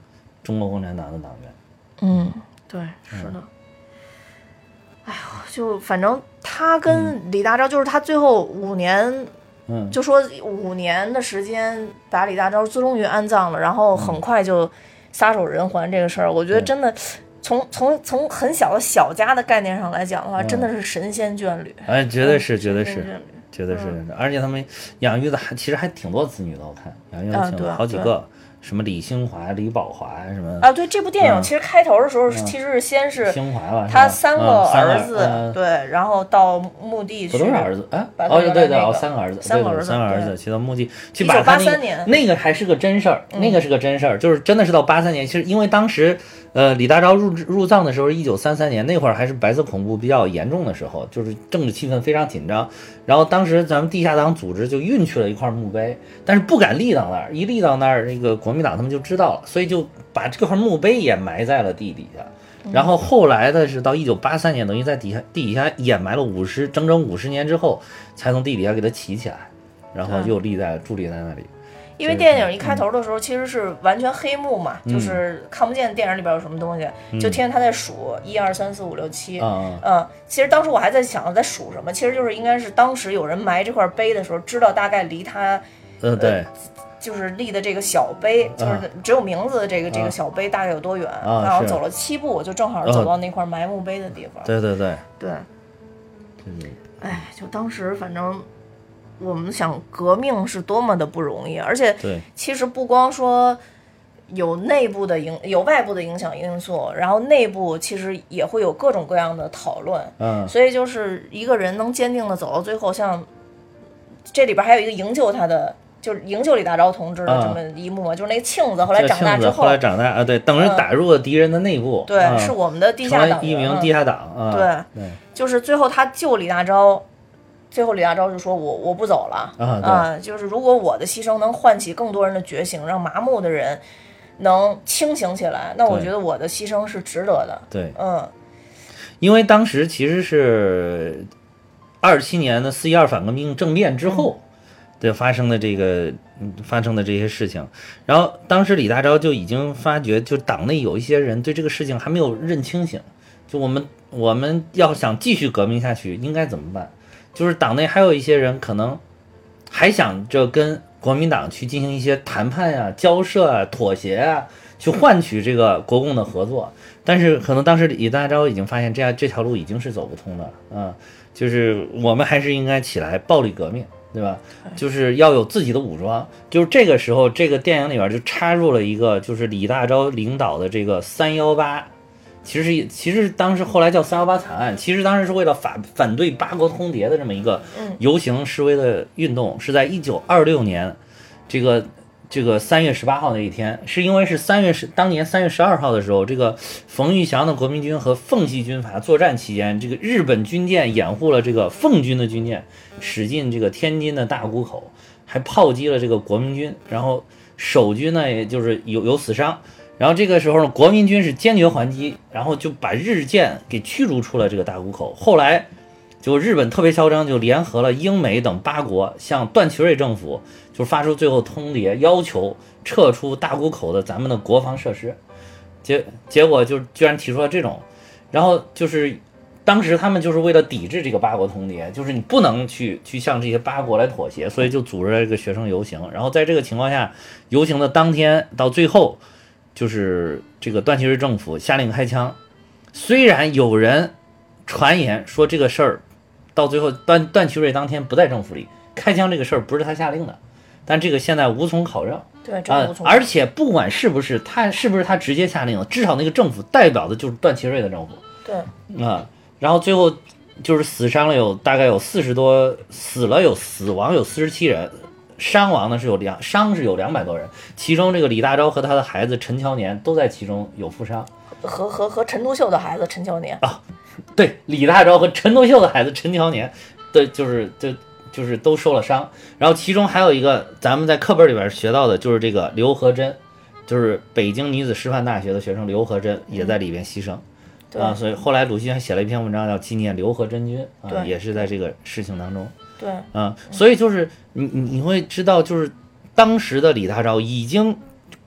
中国共产党的党员。 嗯，对，是的。哎呦，就反正他跟李大钊，就是他最后五年， 嗯， 就说五年的时间把李大钊终于安葬了，然后很快就撒手人寰这个事儿，我觉得真的。从从从很小的小家的概念上来讲的话，嗯、真的是神仙眷侣。 哎，绝对是，绝对是，绝对是。 嗯、 而且他们养育的还其实还挺多子女的，我看养育了挺、啊、好几个，什么李兴华、李宝华什么。 啊，对，这部电影、嗯、其实开头的时候、嗯、其实是先是兴华吧， 他三个儿子， 嗯、 对，然后到墓地去。 不都是儿子？哎， 哦， 对对对，哦，三个儿子， 三个儿子， 三个儿子去到墓地去把他那个那个还是个真事儿，那个是个真事儿，就是真的是到八三年，其实因为当时。呃，李大钊入入葬的时候，一九三三年那会儿还是白色恐怖比较严重的时候，就是政治气氛非常紧张。然后当时咱们地下党组织就运去了一块墓碑，但是不敢立到那儿，一立到那儿，那个国民党他们就知道了，所以就把这块墓碑也埋在了地底下。然后后来的是到一九八三年，等于在底下地底下掩埋了五十整整五十年之后，才从地底下给它起起来，然后又立在伫立在那里。 因为电影一开头的时候其实是完全黑幕嘛，嗯、就是看不见电影里边有什么东西，嗯、就听见他在数一二三四五六七， 嗯， 嗯，其实当时我还在想在数什么，其实就是应该是当时有人埋这块碑的时候，知道大概离他， 呃，对， 呃、就是立的这个小碑，就是只有名字的这个、嗯、这个小碑大概有多远， 嗯、 然后走了七步，就正好走到那块埋墓碑的地方。 对对对对，对，哎，就当时反正。我们想革命是多么的不容易，而且其实不光说有内部的影，有外部的影响因素，然后内部其实也会有各种各样的讨论。 嗯， 所以就是一个人能坚定的走到最后，像这里边还有一个营救他的，就是营救李大钊同志的这么一幕，嗯、就是那个庆子后来长大之后， 后来长大啊，对，等于打入了敌人的内部， 嗯、对、 嗯， 是我们的地下党， 一名地下党， 嗯、对对， 就是最后他救李大钊。最后李大钊就说我我不走了啊、 呃，就是如果我的牺牲能唤起更多人的觉醒，让麻木的人能清醒起来，那我觉得我的牺牲是值得的。 对， 嗯， 因为当时其实是二七年的四一二反革命政变之后的发生的这个、嗯、发生的这些事情，然后当时李大钊就已经发觉，就党内有一些人对这个事情还没有认清醒，就我们我们要想继续革命下去应该怎么办，就是党内还有一些人可能还想着跟国民党去进行一些谈判呀、交涉啊、妥协啊，去换取这个国共的合作。但是可能当时李大钊已经发现这样这条路已经是走不通的啊、嗯，就是我们还是应该起来暴力革命，对吧？就是要有自己的武装。就是这个时候，这个电影里边就插入了一个，就是李大钊领导的这个三幺八。其实其实当时后来叫三幺八惨案，其实当时是为了反反对八国通牒的这么一个游行示威的运动，是在一九二六年这个这个三月十八号那一天，是因为是三月十当年三月十二号的时候，这个冯玉祥的国民军和奉系军阀作战期间，这个日本军舰掩护了这个奉军的军舰驶进这个天津的大沽口，还炮击了这个国民军，然后守军呢也就是有有死伤。然后这个时候呢，国民军是坚决还击，然后就把日舰给驱逐出了这个大沽口。后来，就日本特别嚣张，就联合了英美等八国，向段祺瑞政府就发出最后通牒，要求撤出大沽口的咱们的国防设施。结结果就居然提出了这种，然后就是当时他们就是为了抵制这个八国通牒，就是你不能去去向这些八国来妥协，所以就组织了这个学生游行。然后在这个情况下，游行的当天到最后。就是这个段祺瑞政府下令开枪，虽然有人传言说这个事儿到最后段段祺瑞当天不在政府里，开枪这个事儿不是他下令的，但这个现在无从考证。 对，真无从、 呃。而且不管是不是他是不是他直接下令的，至少那个政府代表的就是段祺瑞的政府。 对， 啊、呃，然后最后就是死伤了有大概有四十多，死了有死亡有四十七人。伤亡呢是有两伤是有两百多人，其中这个李大钊和他的孩子陈乔年都在其中有负伤， 和和和陈独秀的孩子陈乔年啊，对，李大钊和陈独秀的孩子陈乔年，对，就是就就是都受了伤。然后其中还有一个咱们在课本里边学到的，就是这个刘和珍，就是北京女子师范大学的学生刘和珍也在里边牺牲、嗯、啊，所以后来鲁迅还写了一篇文章叫纪念刘和珍君啊，也是在这个事情当中。 对， 嗯，所以就是你你你会知道，就是当时的李大钊已经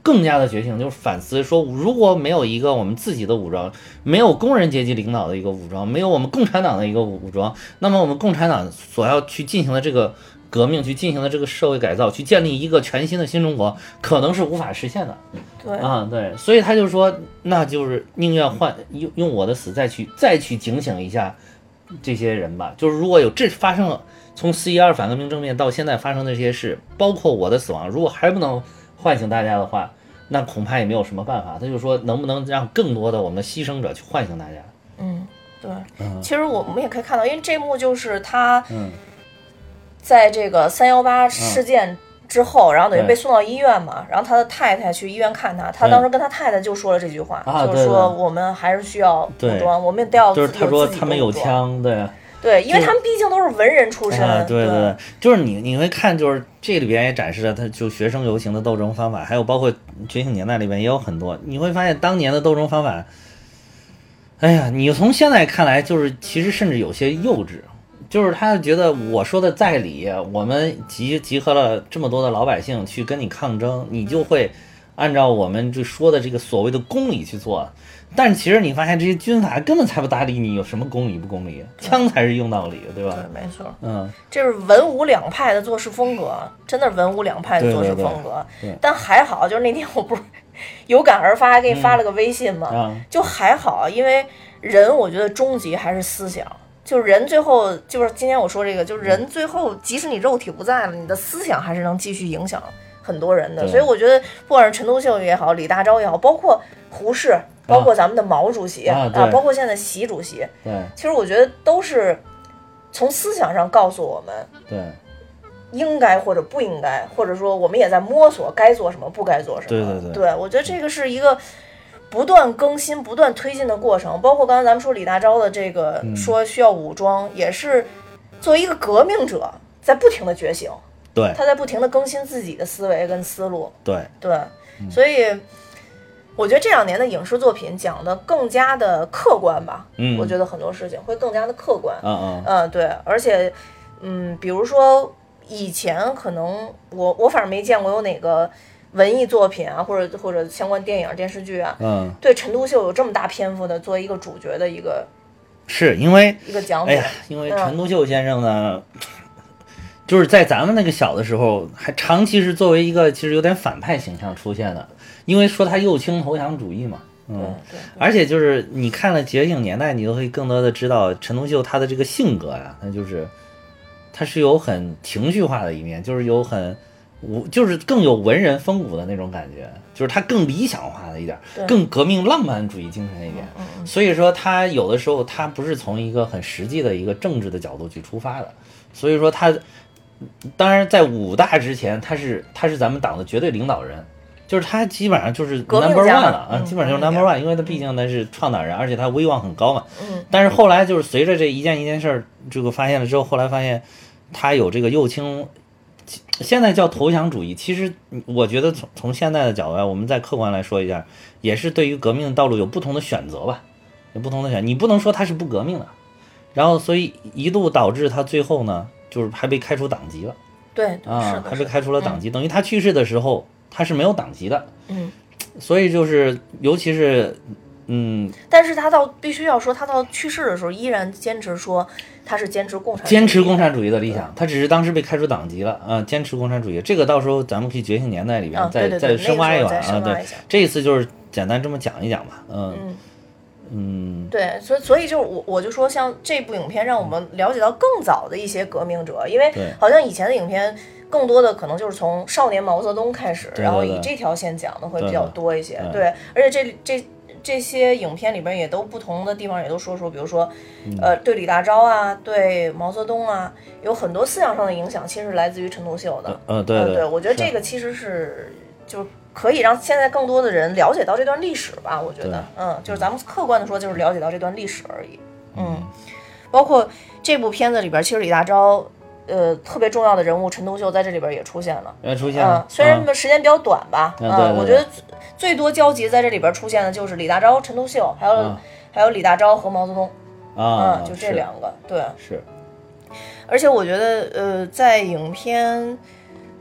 更加的觉醒，就是反思说，如果没有一个我们自己的武装，没有工人阶级领导的一个武装，没有我们共产党的一个武装，那么我们共产党所要去进行的这个革命，去进行的这个社会改造，去建立一个全新的新中国，可能是无法实现的。 对啊，对，所以他就说，那就是宁愿换用用我的死再去再去警醒一下这些人吧。就是如果有这发生了，从四一二反革命政变到现在发生的这些事，包括我的死亡，如果还不能唤醒大家的话，那恐怕也没有什么办法。他就说，能不能让更多的我们的牺牲者去唤醒大家？ 嗯，对。 嗯、 其实我们也可以看到，因为这幕就是他嗯， 在这个三幺八事件之后， 嗯、 然后等于被送到医院嘛，然后他的太太去医院看他，他当时跟他太太就说了这句话， 啊、 就是说我们还是需要武装，我们得要就是他说他们有枪，对。 对，因为他们毕竟都是文人出身。 啊、对对, 对，就是你你会看，就是这里边也展示了他就学生游行的斗争方法，还有包括觉醒年代里边也有很多，你会发现当年的斗争方法，哎呀，你从现在看来就是其实甚至有些幼稚，就是他觉得我说的在理，我们集集合了这么多的老百姓去跟你抗争，你就会按照我们这说的这个所谓的公理去做。但其实你发现这些军阀根本才不搭理你有什么公理不公理，枪才是用道理，对吧？ 对，没错。 嗯， 这是文武两派的做事风格，真的是文武两派的做事风格。 对对对， 但还好，就是那天我不是有感而发，还给你发了个微信嘛， 嗯、 就还好，因为人我觉得终极还是思想。就是人最后，就是今天我说这个，就是人最后，即使你肉体不在了，你的思想还是能继续影响很多人的。所以我觉得，不管是陈独秀也好，李大钊也好，包括胡适，包括咱们的毛主席啊, 啊, 啊，包括现在习主席， 对， 其实我觉得都是从思想上告诉我们， 对， 应该或者不应该，或者说我们也在摸索该做什么，不该做什么。 对对对， 对，我觉得这个是一个不断更新、不断推进的过程。包括刚才咱们说李大钊的这个、嗯、说需要武装，也是作为一个革命者在不停的觉醒。 对， 他在不停的更新自己的思维跟思路。 对对、嗯，所以我觉得这两年的影视作品讲的更加的客观吧。 嗯， 我觉得很多事情会更加的客观。 嗯嗯嗯，对，而且嗯，比如说以前可能我我反正没见过有哪个文艺作品啊，或者或者相关电影电视剧啊， 嗯， 对陈独秀有这么大篇幅的作为一个主角的一个， 是因为一个讲法。 哎呀，因为陈独秀先生呢。嗯，就是在咱们那个小的时候，还长期是作为一个其实有点反派形象出现的，因为说他右倾投降主义嘛，嗯， 对对对， 而且就是你看了《觉醒年代》，你都会更多的知道陈独秀他的这个性格呀、啊，他就是他是有很情绪化的一面，就是有很就是更有文人风骨的那种感觉，就是他更理想化的一点，更革命浪漫主义精神一点， 嗯嗯， 所以说他有的时候他不是从一个很实际的一个政治的角度去出发的，所以说他。当然，在武大之前，他是他是咱们党的绝对领导人，就是他基本上就是 number one 了啊、嗯，基本上就是 number one，因为他毕竟他是创党人，而且他威望很高嘛。 嗯。 但是后来就是随着这一件一件事儿这个发现了之后，后来发现他有这个右倾，现在叫投降主义。其实我觉得从从现在的角度，我们再客观来说一下，也是对于革命道路有不同的选择吧，有不同的选，你不能说他是不革命的，然后所以一度导致他最后呢。就是还被开除党籍了， 对啊，还被开除了党籍、 嗯， 等于他去世的时候他是没有党籍的， 嗯， 所以就是尤其是，嗯， 但是他到必须要说，他到去世的时候依然坚持说他是坚持共产主义， 坚持共产主义的理想，他只是当时被开除党籍了啊，坚持共产主义，这个到时候咱们可以觉醒年代里边再、 啊、对对对再深挖一挖啊，对，这一次就是简单这么讲一讲吧，嗯。 嗯嗯， 对，所以所以就我我就说，像这部影片让我们了解到更早的一些革命者，因为好像以前的影片更多的可能就是从少年毛泽东开始， 对对对， 然后以这条线讲的会比较多一些。 对，对对，而且这这这些影片里边也都不同的地方也都说说，比如说， 嗯、 呃，对李大钊啊，对毛泽东啊，有很多思想上的影响，其实来自于陈独秀的。 呃，对对, 对，我觉得这个其实是就。可以让现在更多的人了解到这段历史吧，我觉得，嗯，就是咱们客观的说，就是了解到这段历史而已，嗯，包括这部片子里边，其实李大钊，呃，特别重要的人物陈独秀在这里边也出现了， 也出现了， 嗯，虽然时间比较短吧， 嗯，嗯我觉得最多交集在这里边出现的就是李大钊、陈独秀，还有、 嗯、 还有李大钊和毛泽东， 啊， 嗯，就这两个，对， 是， 而且我觉得，呃，在影片。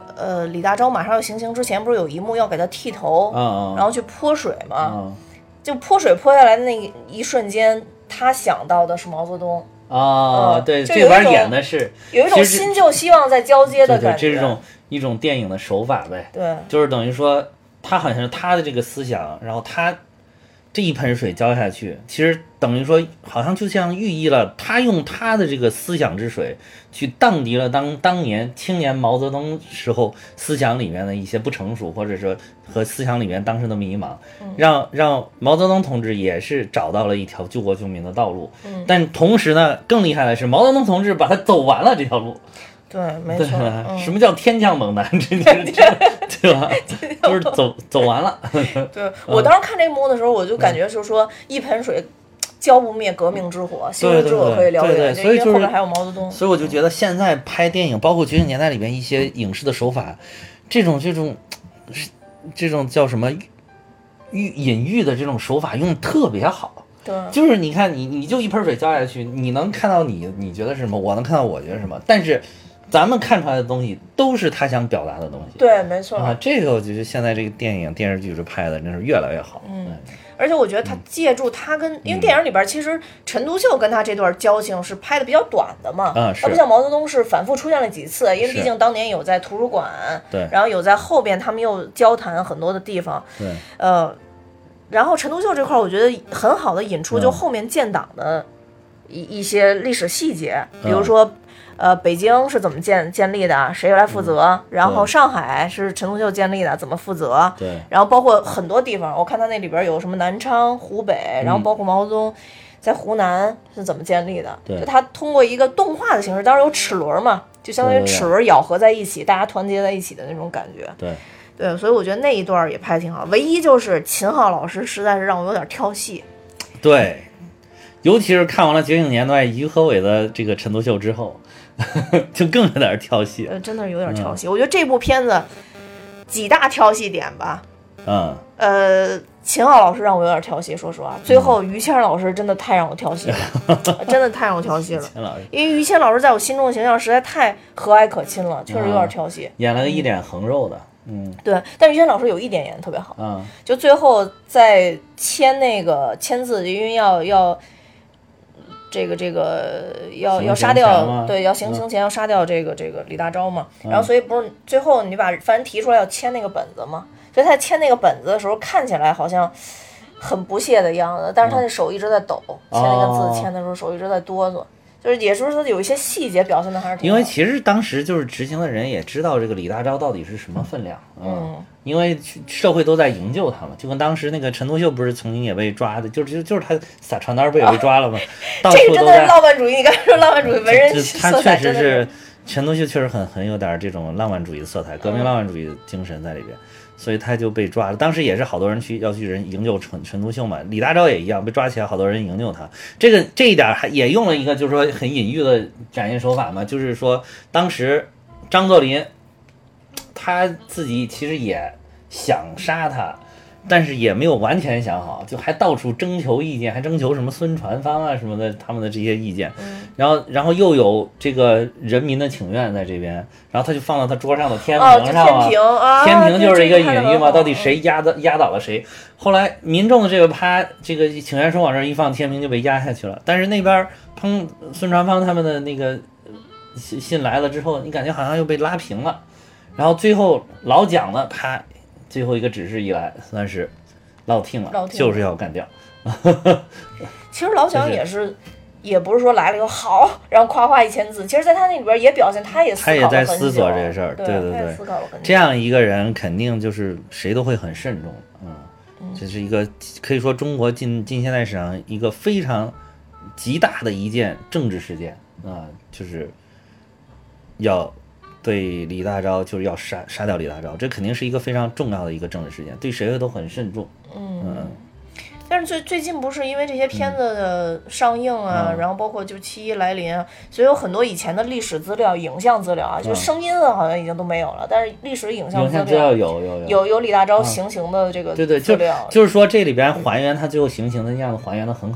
呃，李大钊马上要行刑之前，不是有一幕要给他剃头， 嗯嗯然后去泼水嘛？ 嗯就泼水泼下来的那一瞬间，他想到的是毛泽东。 啊， 嗯对， 就有一种这边演的是有一种其实新旧希望在交接的对对， 感觉。 这是一种一种电影的手法呗。 对， 就是等于说，他好像是他的这个思想，然后他这一盆水浇下去，其实等于说，好像就像寓意了他用他的这个思想之水，去荡涤了当当年青年毛泽东时候思想里面的一些不成熟，或者说和思想里面当时的迷茫，让让毛泽东同志也是找到了一条救国救民的道路。 嗯， 但同时呢，更厉害的是毛泽东同志把他走完了这条路。 对，没错。 对吧？ 嗯、 什么叫天降猛男？这这这，对吧？就是走走完了。 对，我当时看这幕的时候，我就感觉就是说，一盆水浇不灭革命之火，星星之火可以燎原。 对对对，所以就是后面还有毛泽东。 所以我就觉得现在拍电影，包括九十年代里边一些影视的手法，这种这种这种叫什么喻隐喻的这种手法用的特别好。 对， 就是你看你你就一盆水浇下去，你能看到你你觉得是什么，我能看到我觉得什么，但是咱们看出来的东西都是他想表达的东西。 对，没错啊，这个我觉得现在这个电影电视剧是拍的真是越来越好。 嗯，而且我觉得他借助他跟，因为电影里边其实陈独秀跟他这段交情是拍的比较短的嘛， 啊，是他不像毛泽东是反复出现了几次，因为毕竟当年有在图书馆， 对， 然后有在后边他们又交谈很多的地方， 对， 呃，然后陈独秀这块我觉得很好的引出就后面建党的一一些历史细节，比如说。呃，北京是怎么建建立的？谁来负责？嗯、然后上海是陈独秀建立的，怎么负责？ 对。 然后包括很多地方，我看他那里边有什么南昌、湖北，然后包括毛泽东在湖南是怎么建立的？ 对。 就他通过一个动画的形式，当然有齿轮嘛，就相当于齿轮咬合在一起，大家团结在一起的那种感觉。 对。 对，所以我觉得那一段也拍得挺好。唯一就是秦昊老师实在是让我有点跳戏。 对。尤其是看完了九九年代于和伟的这个陈独秀之后。就更有点跳戏， 呃，真的是有点跳戏。嗯、我觉得这部片子几大跳戏点吧， 嗯， 呃，秦昊老师让我有点跳戏，说实话。最后于谦老师真的太让我跳戏了，嗯、真的太让我跳戏了。因为于谦老师在我心中的形象实在太和蔼可亲了，确实有点跳戏。 嗯、演了个一脸横肉的，嗯， 对。但于谦老师有一点演得特别好， 嗯， 就最后在签那个签字，因为要要。这个这个要要杀掉，对，要行刑前要杀掉这个这个李大钊嘛， 嗯、 然后所以不是最后你把犯人提出来要签那个本子嘛，所以他签那个本子的时候看起来好像很不屑的样子，但是他的手一直在抖，嗯、签那个字签的时候手一直在哆嗦。就是也是说有一些细节表现的还是挺好的， 因为其实当时就是执行的人也知道这个李大钊到底是什么分量，嗯，嗯因为社会都在营救他嘛，就跟当时那个陈独秀不是曾经也被抓的，就是就就是他撒传单不也被抓了吗？啊、 这个真的是浪漫主义，你刚才说浪漫主义文人色彩，他确实是陈独秀确实很很有点这种浪漫主义的色彩，革命浪漫主义的精神在里边。嗯所以他就被抓了，当时也是好多人去要去人营救陈陈独秀嘛，李大钊也一样被抓起来，好多人营救他。这个这一点还也用了一个就是说很隐喻的展现手法嘛，就是说当时张作霖他自己其实也想杀他，但是也没有完全想好，就还到处征求意见，还征求什么孙传芳啊什么的他们的这些意见，然后然后又有这个人民的请愿在这边，然后他就放到他桌上的天平上啊，天平啊， 天平就是一个隐喻嘛，到底谁压的压倒了谁？后来民众的这个啪，这个请愿书往这一放，天平就被压下去了。但是那边砰，孙传芳他们的那个信信来了之后，你感觉好像又被拉平了。然后最后老蒋呢，啪，最后一个指示一来，算是落听了，就是要干掉。 其实老蒋也是。也不是说来了以后好，然后夸夸一千字。其实，在他那里边也表现，他也思考了很久， 他也在思索这个事儿，对对对， 思考了很久。 这样一个人，肯定就是谁都会很慎重，嗯，嗯这是一个可以说中国近近现代史上一个非常极大的一件政治事件啊、呃，就是要对李大钊，就是要杀杀掉李大钊，这肯定是一个非常重要的一个政治事件，对谁都很慎重，嗯。嗯但是最最近不是因为这些片子的上映啊， 嗯、 然后包括就七一来临啊，所以有很多以前的历史资料、影像资料啊，就声音的好像已经都没有了，但是历史影像资料有有有有有李大钊行刑的这个资料，对对，就就是说这里边还原他最后行刑的样子，还原的很好吧？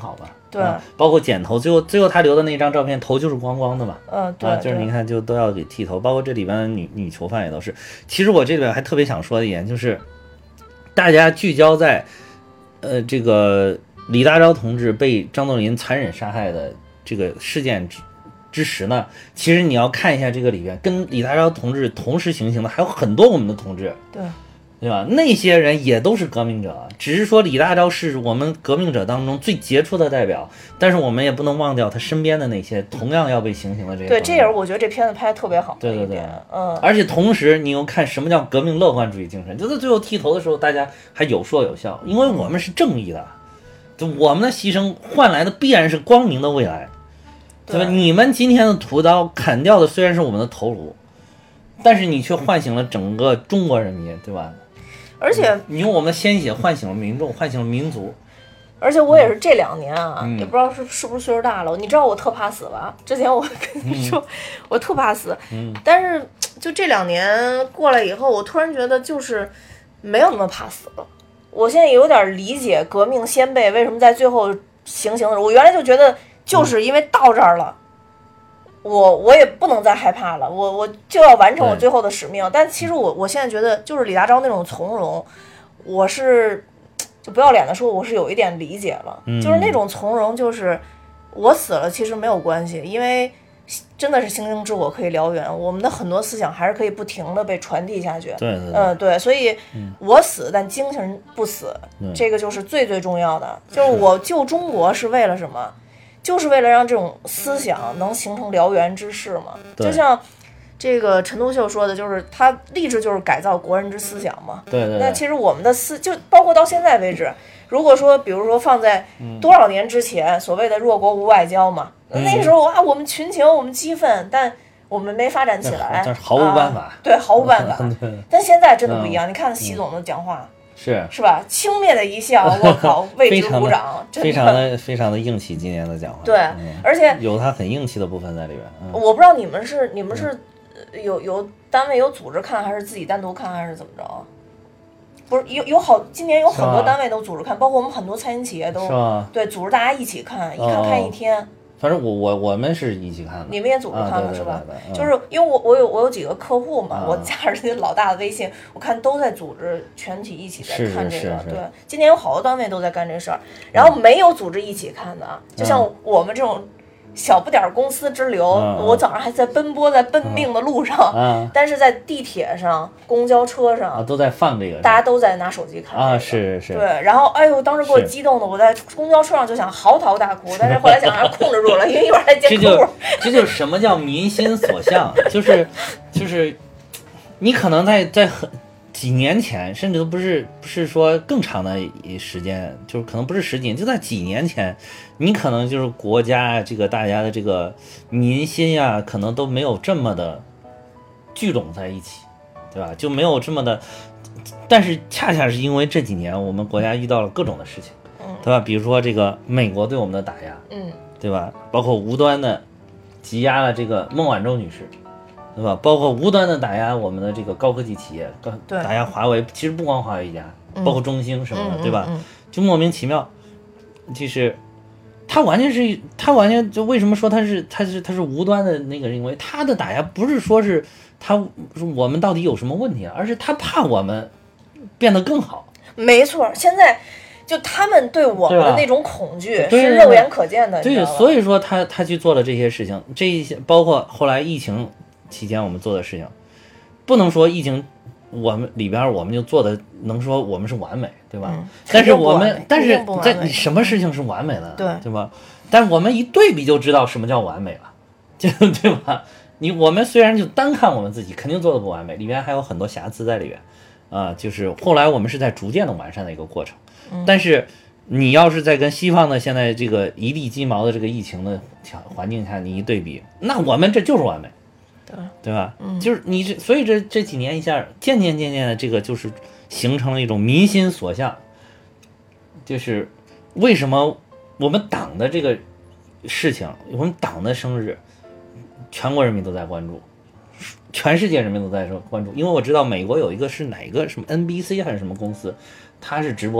对、 啊，包括剪头，最后最后他留的那张照片，头就是光光的嘛。 嗯，对， 啊，就是你看就都要给剃头，包括这里边的女女囚犯也都是。其实我这里边还特别想说的一点就是，大家聚焦在，呃，这个李大钊同志被张作霖残忍杀害的这个事件之之时呢，其实你要看一下这个里边跟李大钊同志同时行刑的还有很多我们的同志。 对。 对吧？那些人也都是革命者，只是说李大钊是我们革命者当中最杰出的代表，但是我们也不能忘掉他身边的那些同样要被行刑的这些。 对，这也是我觉得这片子拍的特别好的对对对， 嗯。 而且同时你又看什么叫革命乐观主义精神，就在最后剃头的时候，大家还有说有笑，因为我们是正义的，就我们的牺牲换来的必然是光明的未来，对吧？ 对， 你们今天的屠刀砍掉的虽然是我们的头颅，但是你却唤醒了整个中国人民，对吧？ 而且你用我们的鲜血唤醒了民众，唤醒了民族。 而且我也是这两年啊， 嗯、 也不知道是是不是岁数大了，你知道我特怕死吧？之前我跟你说，嗯、我特怕死， 嗯， 但是就这两年过来以后，我突然觉得就是没有那么怕死了。我现在有点理解革命先辈为什么在最后行刑的时候，我原来就觉得就是因为到这儿了。嗯我我也不能再害怕了，我我就要完成我最后的使命。但其实我我现在觉得，就是李大钊那种从容，我是就不要脸的说，我是有一点理解了。 嗯、 就是那种从容，就是我死了其实没有关系，因为真的是星星之火可以燎原，我们的很多思想还是可以不停的被传递下去。 对对对， 嗯、呃、对，所以我死，但精神不死，这个就是最最重要的。就是我救中国是为了什么？就是为了让这种思想能形成燎原之势嘛，就像这个陈独秀说的，就是他立志就是改造国人之思想嘛。 对 对, 对。 那其实我们的思，就包括到现在为止，如果说比如说放在多少年之前，嗯、所谓的弱国无外交嘛，嗯、那个时候啊，我们群情，我们激愤，但我们没发展起来， 但是毫无办法。 啊、对，毫无办法。但现在真的不一样， 嗯、 你看习总的讲话。 是是吧？轻蔑的一笑，我靠，为之鼓掌， 非常的非常的硬气。今年的讲话， 对， 嗯、 而且有他很硬气的部分在里边。嗯、 我不知道你们是你们是有有单位有组织看，还是自己单独看，还是怎么着？不是有有好，今年有很多单位都组织看，包括我们很多餐饮企业都对组织大家一起看，一看看一天。哦反正我我我们是一起看的， 你们也组织看了、 啊、 是吧？ 对对对对就是因为我我有我有几个客户嘛， 啊、 我加着人家老大的微信，我看都在组织全体一起在看这个。 是是是是对，今年有好多单位都在干这事儿，然后没有组织一起看的，嗯、就像我们这种小不点儿公司之流， 嗯、 我早上还在奔波在奔命的路上， 嗯、 但是在地铁上、公交车上、 啊、都在放这个， 大家都在拿手机看、这个、 啊，是是， 对，然后哎呦，当时给我激动的，我在公交车上就想嚎啕大哭，但是后来想还是控制住了，因为一会儿还接客户。 这就是什么叫民心所向，就是就是你可能在在很几年前，甚至都不是不是说更长的时间，就是可能不是十几年，就在几年前，你可能就是国家这个大家的这个民心呀，可能都没有这么的聚拢在一起，对吧？就没有这么的，但是恰恰是因为这几年我们国家遇到了各种的事情，对吧？比如说这个美国对我们的打压， 嗯， 对吧？包括无端的挤压了这个孟晚舟女士。对吧？包括无端的打压我们的这个高科技企业，打压华为，其实不光华为一家， 嗯、 包括中兴什么的， 嗯、 对吧？ 嗯嗯、 就莫名其妙，就是他完全是他完全就为什么说他是他是他是无端的那个？因为他的打压不是说是他我们到底有什么问题啊，而是他怕我们变得更好。 没错，现在就他们对我们的那种恐惧是肉眼可见的。 对，对所以说他他去做了这些事情，这一些包括后来疫情期间我们做的事情，不能说疫情我们里边我们就做的能说我们是完美，对吧？ 嗯、 但是我们但是在什么事情是完美的， 对对吧？但是我们一对比就知道什么叫完美了，就对吧？你我们虽然就单看我们自己，肯定做的不完美，里边还有很多瑕疵在里边啊、呃。就是后来我们是在逐渐的完善的一个过程， 嗯、 但是你要是在跟西方的现在这个一地鸡毛的这个疫情的环境下你一对比，那我们这就是完美。对吧？ 嗯， 就是你这，所以这这几年一下，渐渐渐渐的，这个就是形成了一种民心所向。就是为什么我们党的这个事情，我们党的生日，全国人民都在关注，全世界人民都在关注，因为我知道美国有一个是哪个什么 N B C 还是什么公司，它是直播的。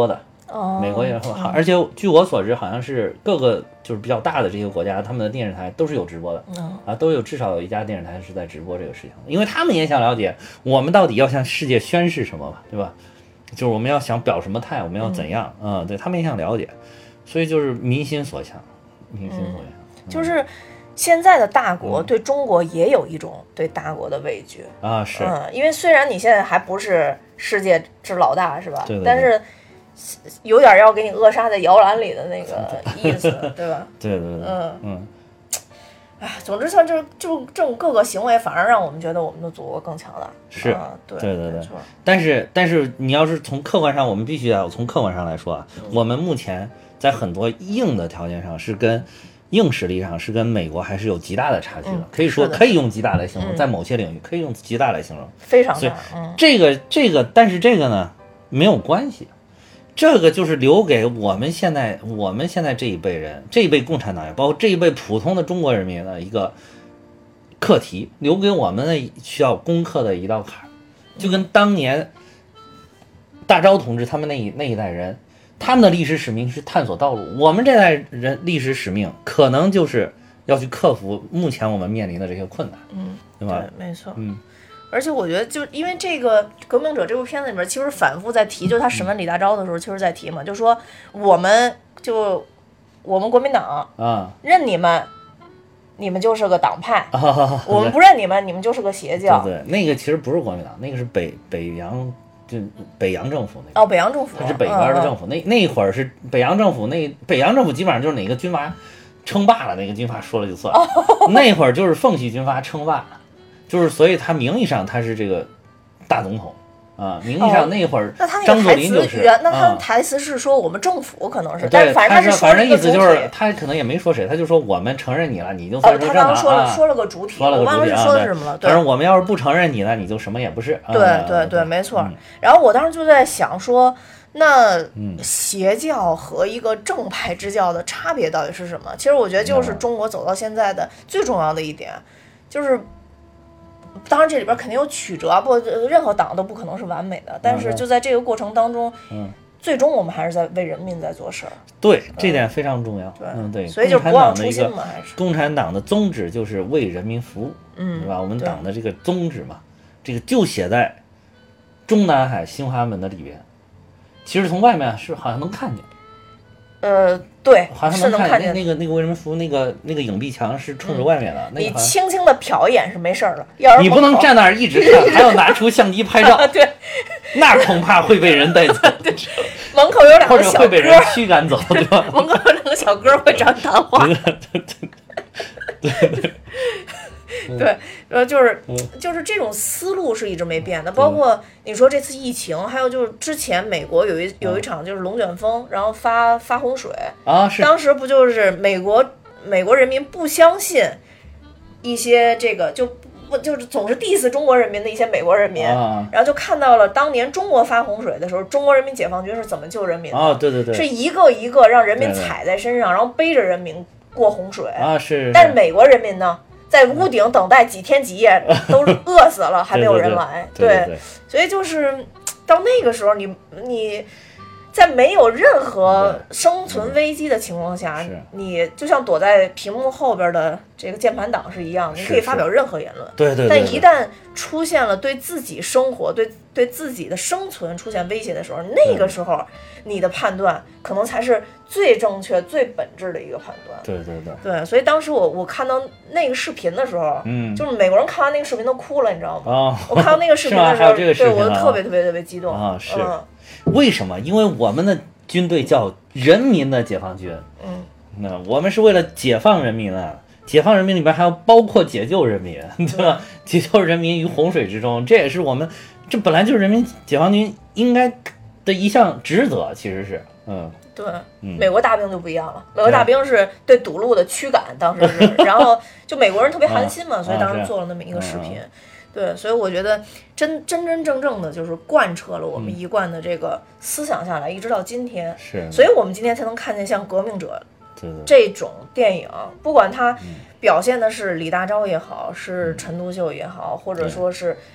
哦， 美国也好，嗯、而且据我所知，好像是各个就是比较大的这些国家，他们的电视台都是有直播的， 嗯、 啊，都有至少有一家电视台是在直播这个事情，因为他们也想了解我们到底要向世界宣示什么吧，对吧？就是我们要想表什么态，我们要怎样，嗯，嗯对他们也想了解，所以就是民心所向，民心所向， 嗯、就是现在的大国对中国也有一种对大国的畏惧、 嗯、啊，是， 嗯，因为虽然你现在还不是世界之老大，是吧？ 对对对， 但是有点要给你扼杀在摇篮里的那个意思，对吧？ 对对对， 嗯嗯。 哎，总之像这就这种各个行为，反而让我们觉得我们的祖国更强大。 是， 嗯、对对对对。但是但是你要是从客观上，我们必须要从客观上来说啊，嗯、我们目前在很多硬的条件上是跟硬实力上是跟美国还是有极大的差距的， 嗯、 可以说可以用极大来形容，在某些领域可以用极大来形容， 非常大。 所以嗯， 这个这个，但是这个呢没有关系。这个就是留给我们现在我们现在这一辈人，这一辈共产党员，包括这一辈普通的中国人民的一个课题，留给我们的需要攻克的一道坎，就跟当年大钊同志他们那一那一代人，他们的历史使命是探索道路，我们这代人历史使命可能就是要去克服目前我们面临的这些困难， 嗯， 对吧？ 对，没错， 嗯。 而且我觉得，就因为这个《革命者》这部片子里面，其实反复在提，就他审问李大钊的时候，其实在提嘛，就说我们就我们国民党啊， 认你们，你们就是个党派； 啊、 我们不认你们，你们就是个邪教。 对对，那个其实不是国民党，那个是北北洋，就北洋政府那个。 哦，北洋政府， 它是北边的政府。嗯、那那一会儿是北洋政府，那北洋政府基本上就是哪个军阀称霸了，哪个军阀说了就算。哦、那会儿就是奉系军阀称霸。就是，所以他名义上他是这个大总统啊，名义上那会儿、 哦、那他那张作个台词霖就是， 那他的台词是说我们政府可能是， 嗯、 但是反正他是反正意思就是他可能也没说谁，他就说我们承认你了，你就算是政党、 哦、他刚说了、 啊、 说了个主体， 说了个主体我忘了说的是什么了。 反正我们要是不承认你呢，你就什么也不是。 对、 啊、 对对，没错。 嗯、 然后我当时就在想说，那邪教和一个正派之教的差别到底是什么？其实我觉得就是中国走到现在的最重要的一点，就是。当然，这里边肯定有曲折啊，不，任何党都不可能是完美的。但是就在这个过程当中， 嗯， 最终我们还是在为人民在做事儿。 对，这点非常重要。 对， 嗯，对。 所以就不忘初心嘛，还是。 共产党的宗旨就是为人民服务， 嗯， 对吧？我们党的这个宗旨嘛，这个就写在中南海新华门的里边。其实从外面是好像能看见。 呃，对， 好像能看见那个那个为人民服务那个那个影壁墙是冲着外面的。 嗯、 那个你轻轻的瞟一眼是没事儿的，要是你不能站那儿一直看，还要拿出相机拍照。 对， 那恐怕会被人带走。 对，门口有两个小哥， 或者会被人驱赶走，对吧？ 门口有两个小哥会找你谈话。 对对对对。 对，呃，就是就是这种思路是一直没变的，包括你说这次疫情，还有就是之前美国有一有一场就是龙卷风，然后发发洪水啊，是当时不就是美国美国人民不相信一些这个就不就是总是 diss 中国人民的一些美国人民， 啊、 然后就看到了当年中国发洪水的时候，中国人民解放军是怎么救人民的啊，对对对， 是一个一个让人民踩在身上，对对然后背着人民过洪水啊，是, 是， 但是美国人民呢？在屋顶等待几天几夜，都饿死了，还没有人来。 对, 对, 对, 对, 对， 所以就是到那个时候，你你在没有任何生存危机的情况下，你就像躲在屏幕后边的这个键盘党是一样，你可以发表任何言论。 对对。 但一旦出现了对自己生活、对对自己的生存出现威胁的时候，那个时候你的判断可能才是最正确、最本质的一个判断。 对对对。 对，所以当时我我看到那个视频的时候， 嗯， 就是美国人看完那个视频都哭了，你知道吗？ 哦、 我看到那个视频的时候， 对， 我就特别特别特别激动啊！是。 嗯为什么？因为我们的军队叫人民的解放军， 嗯， 那我们是为了解放人民啊！解放人民里边还要包括解救人民，对吧？解救人民于洪水之中，这也是我们，这本来就是人民解放军应该的一项职责，其实是，嗯， 对， 嗯、 美国大兵就不一样了，美国大兵是对堵路的驱赶，当时是，然后就美国人特别寒心嘛， 啊、 所以当时做了那么一个视频。 嗯对，所以我觉得真真真正正的就是贯彻了我们一贯的这个思想下来，嗯、一直到今天。 是， 所以我们今天才能看见像《革命者》 这种电影，不管它表现的是李大钊也好，是陈独秀也好，或者说是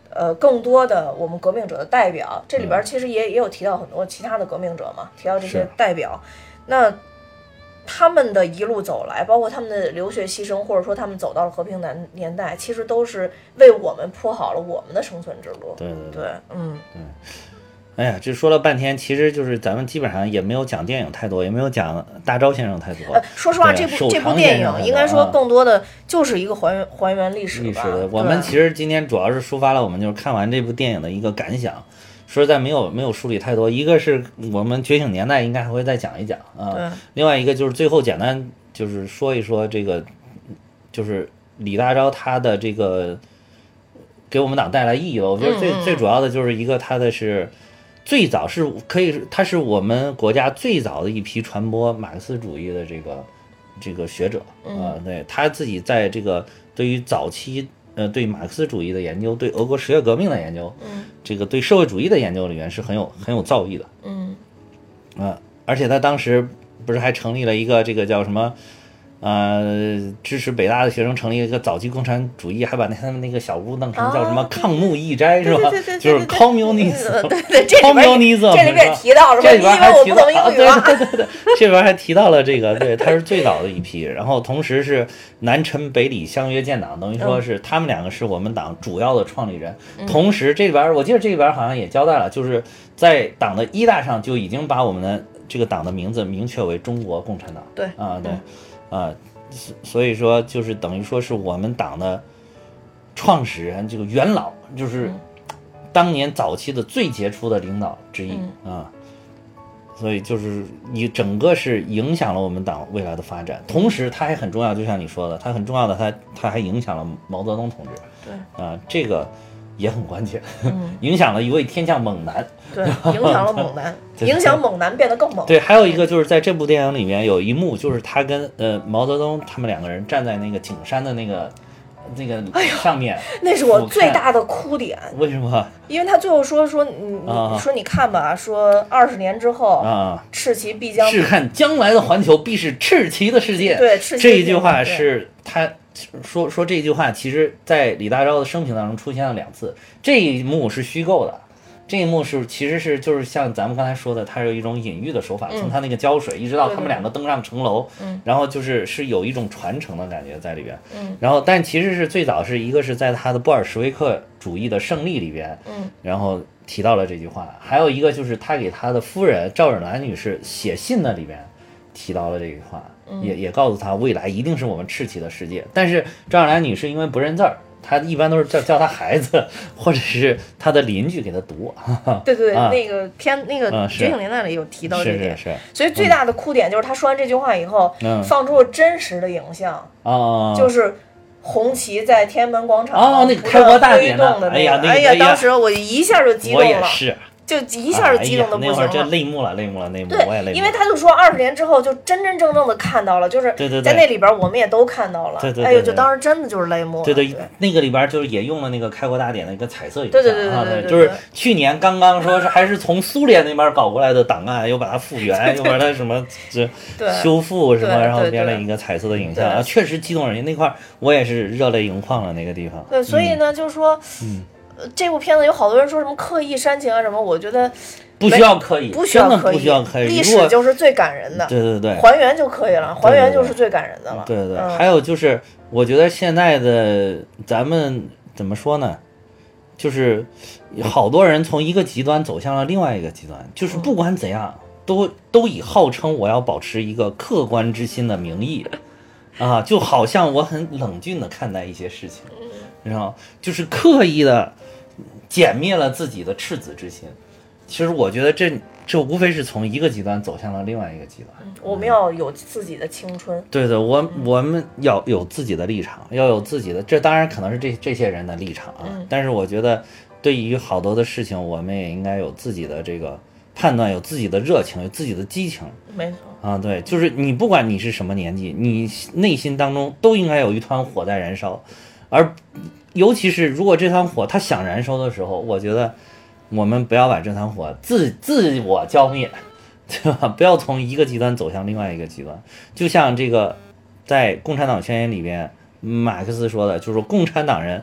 呃更多的我们革命者的代表，这里边其实也也有提到很多其他的革命者嘛，提到这些代表，那他们的一路走来，包括他们的流血牺牲，或者说他们走到了和平年年代，其实都是为我们铺好了我们的生存之路。 对对对, 对，嗯， 对。哎呀，这说了半天，其实就是咱们基本上也没有讲电影太多，也没有讲大钊先生太多。 呃，说实话，这部这部电影应该说更多的就是一个还原、啊、还原历史吧。 历史的，我们其实今天主要是抒发了我们就是看完这部电影的一个感想。说实在没有没有梳理太多，一个是我们觉醒年代应该还会再讲一讲啊，另外一个就是最后简单就是说一说这个，就是李大钊他的这个给我们党带来意义了。我觉得最、嗯、最主要的就是一个他的是。最早是可以，他是我们国家最早的一批传播马克思主义的这个这个学者啊、呃，对他自己在这个对于早期呃对马克思主义的研究，对俄国十月革命的研究，嗯，这个对社会主义的研究里面是很有很有造诣的，嗯，啊、呃，而且他当时不是还成立了一个这个叫什么？呃，支持北大的学生成立一个早期共产主义，还把那他们那个小屋弄成叫什么抗木易斋、哦、是吧？就是 communism， 对对，这里边这里边提到了， 这里边还提到了， 对对对对，这里边还提到了这个，对，他是最早的一批，然后同时是南陈北李相约建党，等于说是他们两个是我们党主要的创立人。嗯、同时这里边我记得这里边好像也交代了，就是在党的一大上就已经把我们的这个党的名字明确为中国共产党。 对啊，对。嗯啊，所以说就是等于说是我们党的创始人，这个元老，就是当年早期的最杰出的领导之一、嗯、啊，所以就是你整个是影响了我们党未来的发展，同时它还很重要，就像你说的，它很重要的，它它还影响了毛泽东同志。 对啊，这个也很关键，嗯、影响了一位天降猛男。 对，影响了猛男，影响猛男变得更猛。 对，还有一个就是在这部电影里面有一幕，就是他跟呃毛泽东他们两个人站在那个景山的那个那个上面、哎， 那是我最大的哭点。 为什么？ 因为他最后说说你、啊、你说你看吧，说二十年之后啊， 赤旗必将试看将来的环球必是赤旗的世界。 对，赤旗这一句话是他。说说这句话，其实在李大钊的生平当中出现了两次。这一幕是虚构的，这一幕是其实是就是像咱们刚才说的，它有一种隐喻的手法，从他那个浇水一直到他们两个登上城楼， 嗯， 然后就是是有一种传承的感觉在里边， 嗯， 然后但其实是最早是一个是在他的布尔什维克主义的胜利里边， 嗯， 然后提到了这句话，还有一个就是他给他的夫人赵尔兰女士写信的里边提到了这句话。也也告诉他未来一定是我们赤旗的世界，但是赵尔兰女士因为不认字儿，她一般都是叫叫她孩子或者是她的邻居给她读。 对对对， 啊、 那个片那个《觉醒年代》里有提到这点， 是是是。 所以最大的哭点就是他说完这句话以后，嗯、放出了真实的影像啊， 就是红旗在天安门广场哦，那个开国大典的、那个， 哎呀，那个、 哎呀，当时我一下就激动了。 我也是。 就一下就激动的不行了， 哎、那会儿真泪目了，泪目了，那幕我也泪目了。 因为他就说二十年之后就真真正正的看到了，就是在那里边我们也都看到了。 对对对， 哎呦，就当时真的就是泪目。 对对， 对那个里边就是也用了那个开国大典的一个彩色影像。 对对对对 对, 对, 对，就是去年刚刚说是还是从苏联那边搞过来的档案，又把它复原，又把它什么这修复什么，然后编了一个彩色的影像，啊，确实激动人心。那块我也是热泪盈眶了，那个地方。 对，所以呢， 嗯、 就是说， 嗯。 这部片子有好多人说什么刻意煽情啊什么，我觉得不需要刻意， 不需要刻意， 不需要刻意。 历史就是最感人的， 对对对， 还原就可以了，还原就是最感人的了。 对对对， 嗯、 还有就是，我觉得现在的咱们怎么说呢？就是好多人从一个极端走向了另外一个极端，就是不管怎样，嗯、都都以号称我要保持一个客观之心的名义，啊，就好像我很冷峻的看待一些事情，然后就是刻意的歼灭了自己的赤子之心。其实我觉得这这无非是从一个极端走向了另外一个极端。 嗯、我们要有自己的青春。 对对，我、嗯、我们要有自己的立场，要有自己的，这当然可能是这这些人的立场啊。 嗯、 但是我觉得对于好多的事情，我们也应该有自己的这个判断，有自己的热情，有自己的激情。 没错啊，对，就是你不管你是什么年纪，你内心当中都应该有一团火在燃烧，而尤其是如果这团火它想燃烧的时候，我觉得我们不要把这团火自自我浇灭，对吧？不要从一个极端走向另外一个极端。就像这个在《共产党宣言》里边，马克思说的，就是说共产党人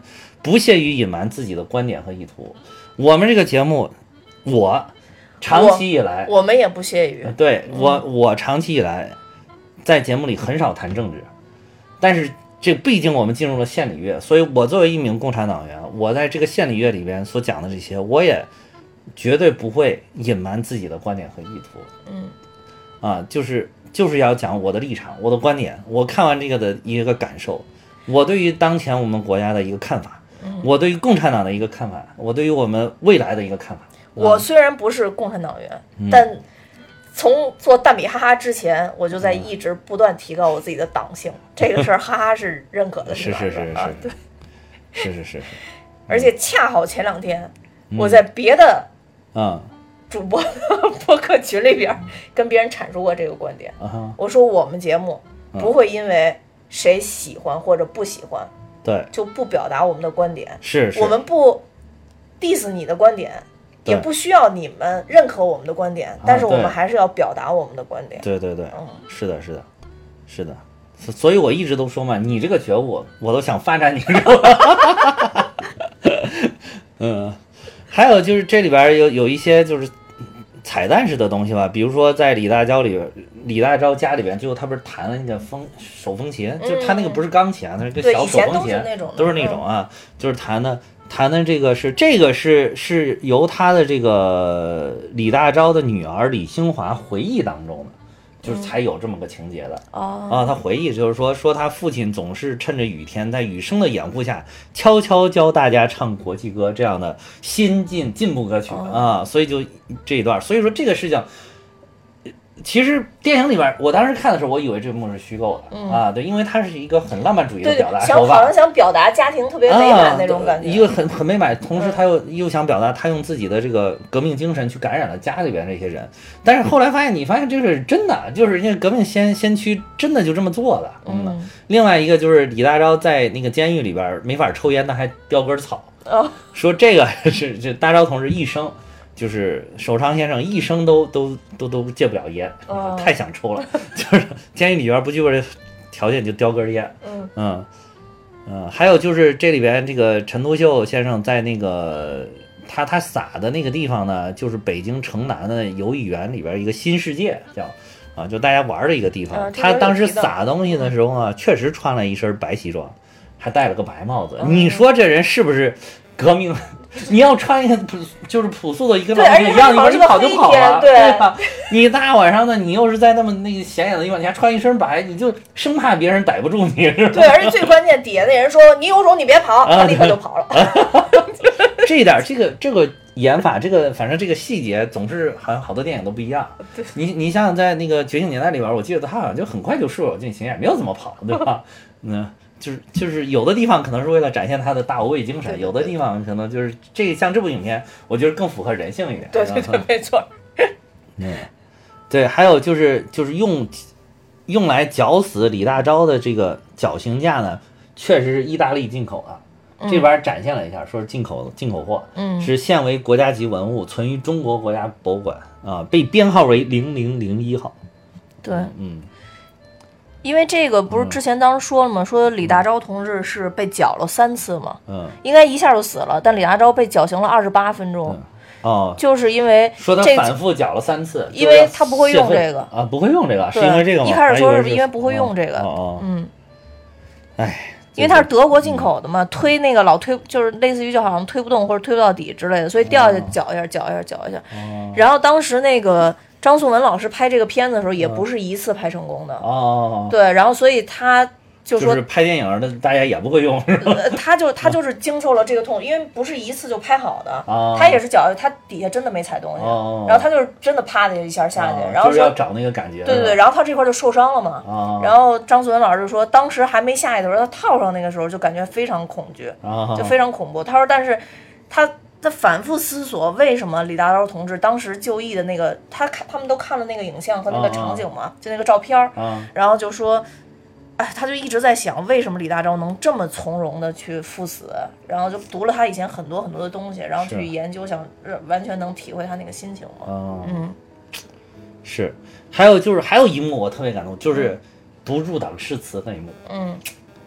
不屑于隐瞒自己的观点和意图。我们这个节目，我长期以来， 我, 我们也不屑于。 对我，我长期以来在节目里很少谈政治，但是这毕竟我们进入了献礼乐，所以我作为一名共产党员，我在这个献礼乐里边所讲的这些，我也绝对不会隐瞒自己的观点和意图。 嗯， 啊，就是就是要讲我的立场，我的观点，我看完这个的一个感受，我对于当前我们国家的一个看法。我对于共产党的一个看法，我对于我们未来的一个看法。 我虽然不是共产党员，嗯、但从做蛋比哈哈之前，我就在一直不断提高我自己的党性。嗯、这个事儿，哈哈是认可的， 是是是是啊，对， 是是是是。 而且恰好前两天，嗯、我在别的啊主播播客群里边跟别人阐述过这个观点。 啊、 我说我们节目不会因为谁喜欢或者不喜欢。 对， 就不表达我们的观点， 是是， 我们不 diss 你的观点，也不需要你们认可我们的观点， 啊、 但是我们还是要表达我们的观点。 对对对， 嗯， 是的，是的，是的，所以我一直都说嘛，你这个觉悟，我都想发展你，是吧？嗯，还有就是这里边有有一些就是彩蛋式的东西吧，比如说在李大钊里边。李大钊家里边，最后他不是弹了那个风手风琴，嗯、就是他那个不是钢琴啊，他是个小手风琴， 都是那种啊，嗯、就是弹的弹的这个是这个是是由他的这个李大钊的女儿李兴华回忆当中的，就是才有这么个情节的、 嗯、 啊。他回忆就是说说他父亲总是趁着雨天，在雨声的掩护下，悄悄教大家唱国际歌这样的先进进步歌曲、 嗯、 啊，所以就这一段，所以说这个事情。其实电影里边，我当时看的时候，我以为这幕是虚构的、嗯、啊，对，因为它是一个很浪漫主义的表达手法， 想好像想表达家庭特别美满那种感觉， 啊、一个很很美满，同时他又、嗯、又想表达他用自己的这个革命精神去感染了家里边这些人，但是后来发现，你发现这是真的，就是因为革命先先驱真的就这么做的。 嗯， 嗯另外一个就是李大钊在那个监狱里边没法抽烟，他还叼根草， 哦， 说这个是这大钊同志一生。就是首长先生一生都都都都戒不了烟，哦、太想抽了。就是监狱里边不具备条件就叼根烟。 嗯嗯嗯，还有就是这里边这个陈独秀先生在那个他他撒的那个地方呢，就是北京城南的游艺园里边一个新世界叫啊，就大家玩的一个地方。 嗯、 他当时撒东西的时候啊，确实穿了一身白西装，还戴了个白帽子。嗯、你说这人是不是革命？你要穿一个朴就是朴素的一个老百姓一样，你你跑就跑了， 对对吧？你大晚上的，你又是在那么那个显眼的地方，你还穿一身白，你就生怕别人逮不住你，是吧？ 对，而且最关键，底下那人说你有种你别跑，他立刻就跑了。 这一点，这个这个演法，这个反正这个细节，总是好像好多电影都不一样。你你想想，在那个《觉醒年代》里边，我记得他好像就很快就束手进行，也没有怎么跑，对吧？嗯。就是就是有的地方可能是为了展现他的大无畏精神，有的地方可能就是这像这部影片，我觉得更符合人性一点。 对对对，没错。 嗯，对，还有就是就是用用来绞死李大钊的这个绞刑架呢，确实是意大利进口的。嗯、这边展现了一下，说是进口进口货， 嗯， 是现为国家级文物，存于中国国家博物馆啊，被编号为零零零一号。 对， 嗯。 因为这个不是之前当时说了吗？嗯、说李大钊同志是被绞了三次嘛， 嗯， 应该一下就死了，但李大钊被绞刑了二十八分钟， 嗯、哦， 就是因为说他反复绞了三次， 因为他不会用这个啊，不会用这个，是因为这个吗？ 一开始说是因为不会用这个， 哦哦， 嗯， 哎， 因为他是德国进口的嘛，嗯、推那个老推就是类似于就好像推不动或者推不到底之类的，所以掉下去绞一下，绞一下，绞一下， 哦、 然后当时那个。张颂文老师拍这个片子的时候，也不是一次拍成功的哦。 对，然后所以他就说， 就是拍电影的大家也不会用，是吧？ 呃、他就他就是经受了这个痛，因为不是一次就拍好的。 哦、 他也是脚，他底下真的没踩东西， 哦、 然后他就是真的啪的一下下去， 哦、 然后就是要找那个感觉。 对对对，然后他这块就受伤了嘛。 哦、 然后张颂文老师说，当时还没下去的时候，他套上那个时候就感觉非常恐惧， 哦、 就非常恐怖。他说，但是他。他反复思索为什么李大钊同志当时就义的那个，他看他们都看了那个影像和那个场景嘛， 啊、 就那个照片， 啊、 然后就说，哎，他就一直在想为什么李大钊能这么从容的去赴死，然后就读了他以前很多很多的东西，然后去研究，想完全能体会他那个心情嘛。 啊、 嗯， 是，还有就是还有一幕我特别感动，就是读入党誓词那一幕。 嗯。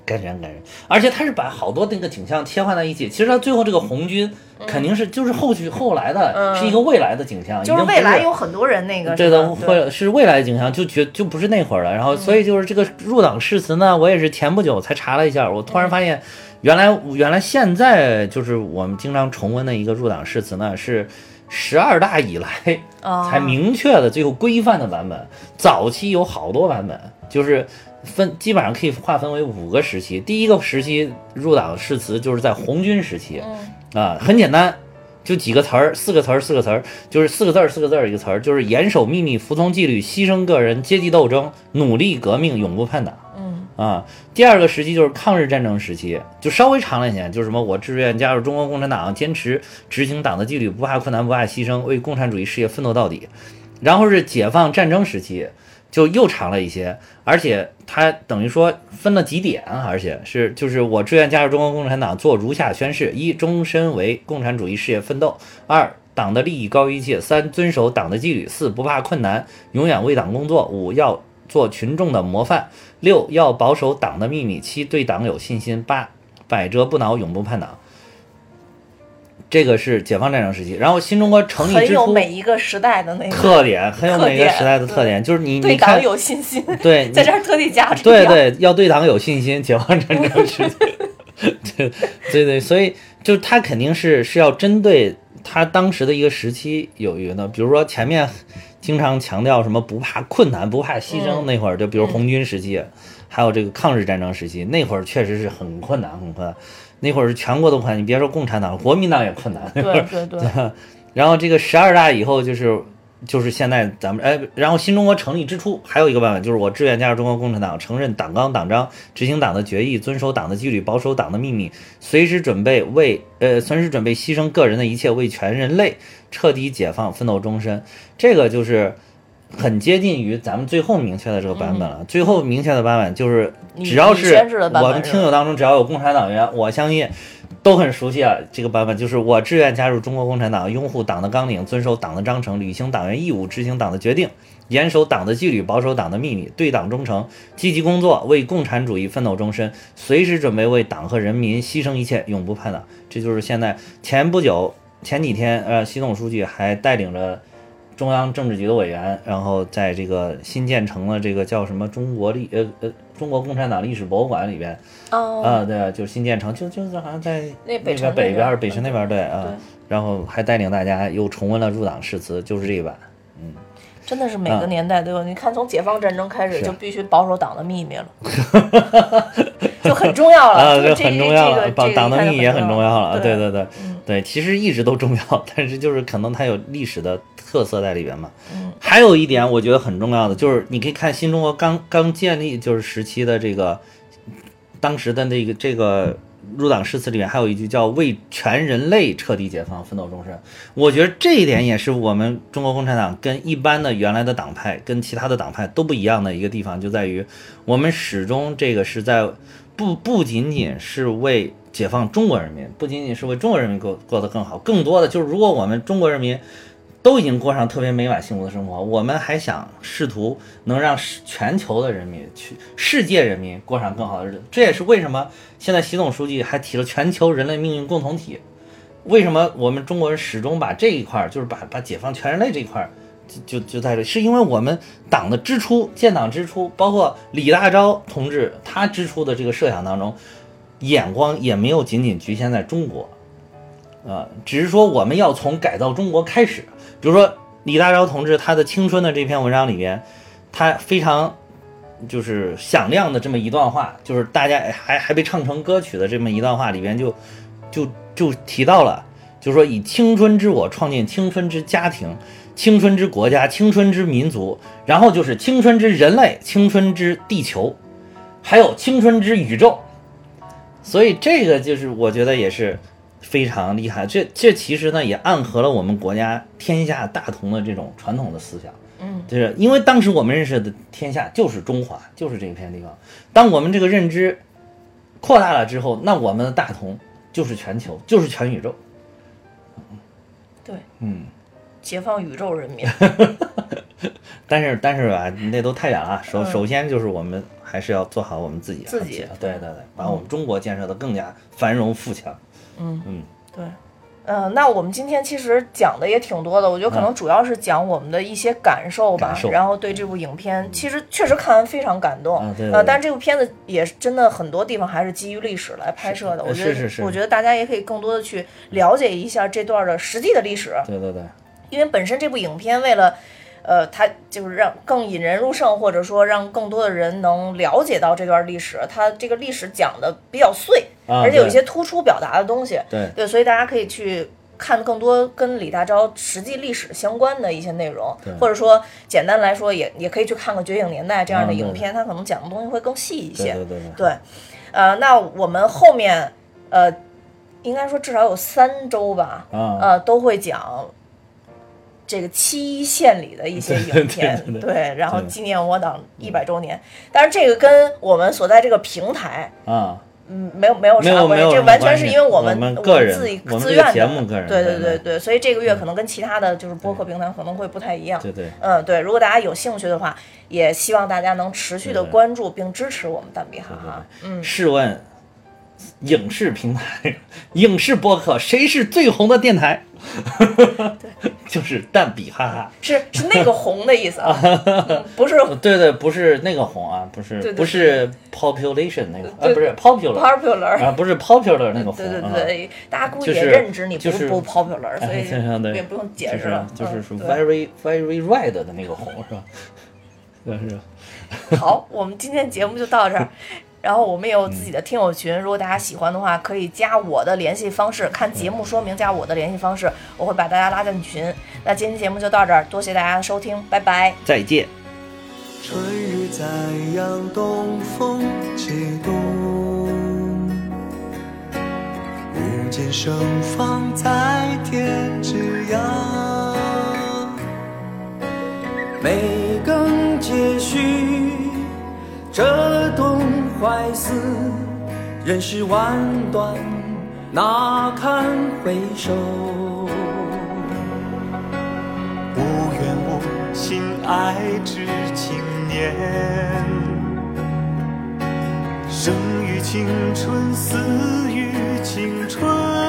感人感人，而且他是把好多那个景象切换在一起。其实他最后这个红军肯定是就是后续后来的， 嗯、 是一个未来的景象， 就是未来有很多人那个对的，会是未来的景象，就觉就不是那会儿了。然后所以就是这个入党誓词呢，我也是前不久才查了一下，我突然发现原来原来现在就是我们经常重温的一个入党誓词呢是。十二大以来才明确的最后规范的版本，早期有好多版本，就是分基本上可以划分为五个时期。第一个时期入党誓词就是在红军时期，啊，很简单，就几个词儿，四个词儿，四个词儿，就是四个字儿，四个字儿一个词儿，就是严守秘密，服从纪律，牺牲个人，阶级斗争，努力革命，永不叛党。啊，第二个时期就是抗日战争时期，就稍微长了一些，就是什么我志愿加入中国共产党，坚持执行党的纪律，不怕困难，不怕牺牲，为共产主义事业奋斗到底。然后是解放战争时期，就又长了一些，而且它等于说分了几点，而且是就是我志愿加入中国共产党，做如下宣誓：一、终身为共产主义事业奋斗；二、党的利益高于一切；三、遵守党的纪律；四、不怕困难，永远为党工作；五、要做群众的模范；六要保守党的秘密；七对党有信心；八百折不挠，永不叛党。这个是解放战争时期，然后新中国成立之初， 很有每一个时代的那个特点，很有每个时代的特点，就是你对党有信心， 对， 在这儿特地加注， 对对，要对党有信心。解放战争时期，对对对，所以就他肯定是是要针对他当时的一个时期有一个的，比如说前面。经常强调什么不怕困难不怕牺牲，那会儿就比如红军时期、嗯、还有这个抗日战争时期，那会儿确实是很困难很困难，那会儿是全国都困难，你别说共产党，国民党也困难。 对对对。 然后这个十二大以后就是就是现在咱们哎，然后新中国成立之初还有一个办法，就是我志愿加入中国共产党，承认党纲党章，执行党的决议，遵守党的纪律，保守党的秘密，随时准备为呃随时准备牺牲个人的一切，为全人类彻底解放奋斗终身。这个就是很接近于咱们最后明确的这个版本了。嗯、最后明确的版本就是只要是我们听友当中只要有共产党员，我相信都很熟悉啊，这个版本就是我志愿加入中国共产党，拥护党的纲领，遵守党的章程，履行党员义务，执行党的决定，严守党的纪律，保守党的秘密，对党忠诚，积极工作，为共产主义奋斗终身，随时准备为党和人民牺牲一切，永不叛党。这就是现在前不久前几天，呃，习总书记还带领着中央政治局的委员，然后在这个新建成的这个叫什么中国历呃呃中国共产党历史博物馆里边， 哦， 啊，对，就是新建成，就就是好像在那边北边北辰那边，对啊，然后还带领大家又重温了入党誓词，就是这一版，嗯。 真的是每个年代都有，啊、你看从解放战争开始就必须保守党的秘密了，就很重要了啊， 这很重要了，保、 这个、 党的秘密也很重要了， 对对对对、 嗯、 对，其实一直都重要，但是就是可能它有历史的特色在里边嘛。 嗯， 还有一点我觉得很重要的就是，你可以看新中国刚刚建立就是时期的这个当时的那个这个。入党誓词里面还有一句叫为全人类彻底解放奋斗终身，我觉得这一点也是我们中国共产党跟一般的原来的党派跟其他的党派都不一样的一个地方，就在于我们始终这个是在不不仅仅是为解放中国人民，不仅仅是为中国人民过过得更好，更多的就是如果我们中国人民都已经过上特别美满幸福的生活，我们还想试图能让全球的人民去世界人民过上更好的日子。这也是为什么现在习总书记还提了全球人类命运共同体，为什么我们中国人始终把这一块就是把把解放全人类这一块就就就在这，是因为我们党的之初建党之初，包括李大钊同志他之初的这个设想当中，眼光也没有仅仅局限在中国啊、呃，只是说我们要从改造中国开始。比如说李大钊同志他的青春的这篇文章里边，他非常就是响亮的这么一段话，就是大家还还被唱成歌曲的这么一段话里边就就就提到了，就是说以青春之我创建青春之家庭，青春之国家，青春之民族，然后就是青春之人类，青春之地球，还有青春之宇宙。所以这个就是我觉得也是非常厉害，这这其实呢也暗合了我们国家天下大同的这种传统的思想。 嗯， 就是因为当时我们认识的天下就是中华，就是这片地方。当我们这个认知扩大了之后，那我们的大同就是全球，就是全宇宙。 对， 嗯， 解放宇宙人民。 但是但是吧，那都太远了。首、嗯、首先就是我们还是要做好我们自己， 自己对对对，把我们中国建设的更加繁荣富强。 嗯嗯，对。嗯、呃，那我们今天其实讲的也挺多的，我觉得可能主要是讲我们的一些感受吧， 嗯、 然后对这部影片，其实确实看完非常感动。 啊、对对对呃，但是这部片子也真的很多地方还是基于历史来拍摄的，我觉得是是是， 我觉得大家也可以更多的去了解一下这段的实际的历史。 对对对， 因为本身这部影片为了。呃，它就是让更引人入胜，或者说让更多的人能了解到这段历史。它这个历史讲的比较碎， 啊、 而且有一些突出表达的东西。 对对，所以大家可以去看更多跟李大钊实际历史相关的一些内容，或者说简单来说也也可以去看个《绝影年代》这样的影片， 啊、 它可能讲的东西会更细一些。 对对对对。 对，呃，那我们后面呃，应该说至少有三周吧， 啊、 呃，都会讲。这个七一献礼的一些影片， 对, 对, 对, 对，然后纪念我党一百周年。但是这个跟我们所在这个平台啊， 嗯，没有没有啥关系，这完全是因为我们我们个人自己我们自愿的节目个人， 对对对对，所以这个月可能跟其他的就是播客平台可能会不太一样。 对对， 嗯对，如果大家有兴趣的话，也希望大家能持续的关注并支持我们蛋比哈哈。嗯， 试问。影视平台、影视播客，谁是最红的电台？ 对， 就是蛋比哈哈， 是是那个红的意思啊，嗯、不是。 对对，不是那个红啊，不是对对对不是 population 那个啊，不是 popular popular 啊，不是 popular 那个红。 对对对， 啊、 大家估计也认知你不、 就是不 popular，所以对也不用解释了。 就是是嗯、 very very red 的那个红是吧？是。 好，我们今天节目就到这儿。然后我们也有自己的听友群，如果大家喜欢的话，可以加我的联系方式，看节目说明加我的联系方式，我会把大家拉进群。那今天节目就到这儿，多谢大家的收听，拜拜， 再见。 春日在阳，东风解冻，日渐盛放在天之阳，梅更接续这冬怀思，人世万端，哪堪回首？ 无怨无情爱之青年，生于青春，死于青春。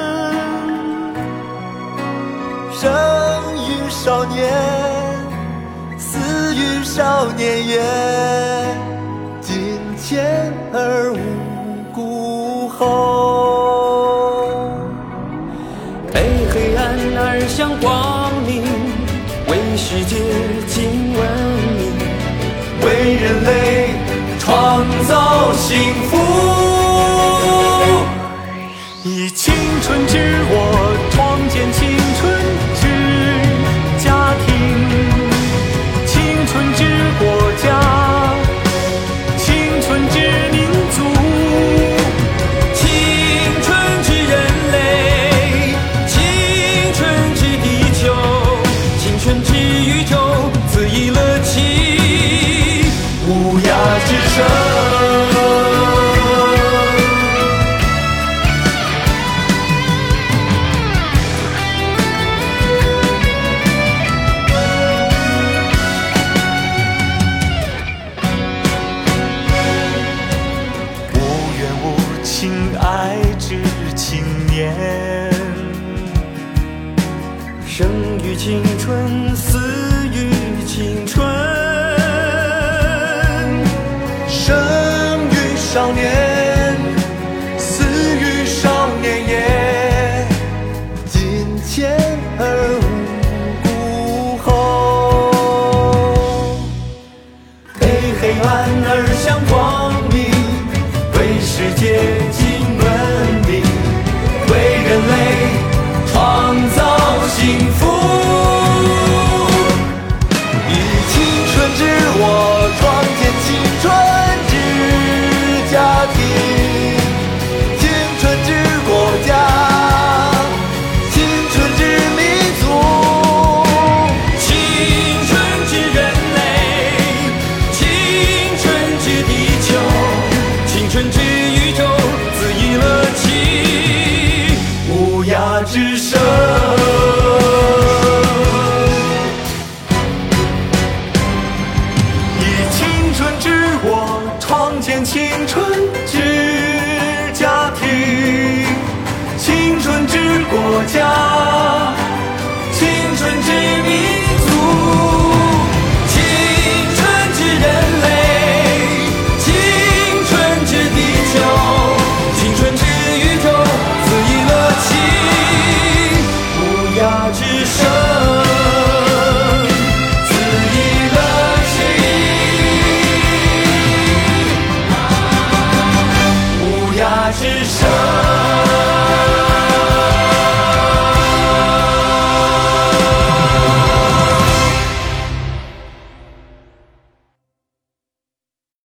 生于少年，死于少年也。金钱而无故后，被黑暗而向光明，为世界尽文明，为人类创造幸福。 以青春之我创建青春之家庭，青春之国家。青春之民族， 青春之人类，青春之地球，青春之宇宙，恣意乐起，无涯之声。生于青春，死于青春。生于少年，死于少年也。金钱而无故后，被黑暗而向光明，为世界尽文明，为人类创造幸福。以青春之我创建青春之家庭，青春之国家，青春之民族，青春之人类，青春之地球，青春之宇宙，恣意乐起，无涯之声。 建青春之家庭，青春之国家，青春之民族，青春之人类，青春之地球，青春之宇宙，恣意乐起，无涯之声。之声。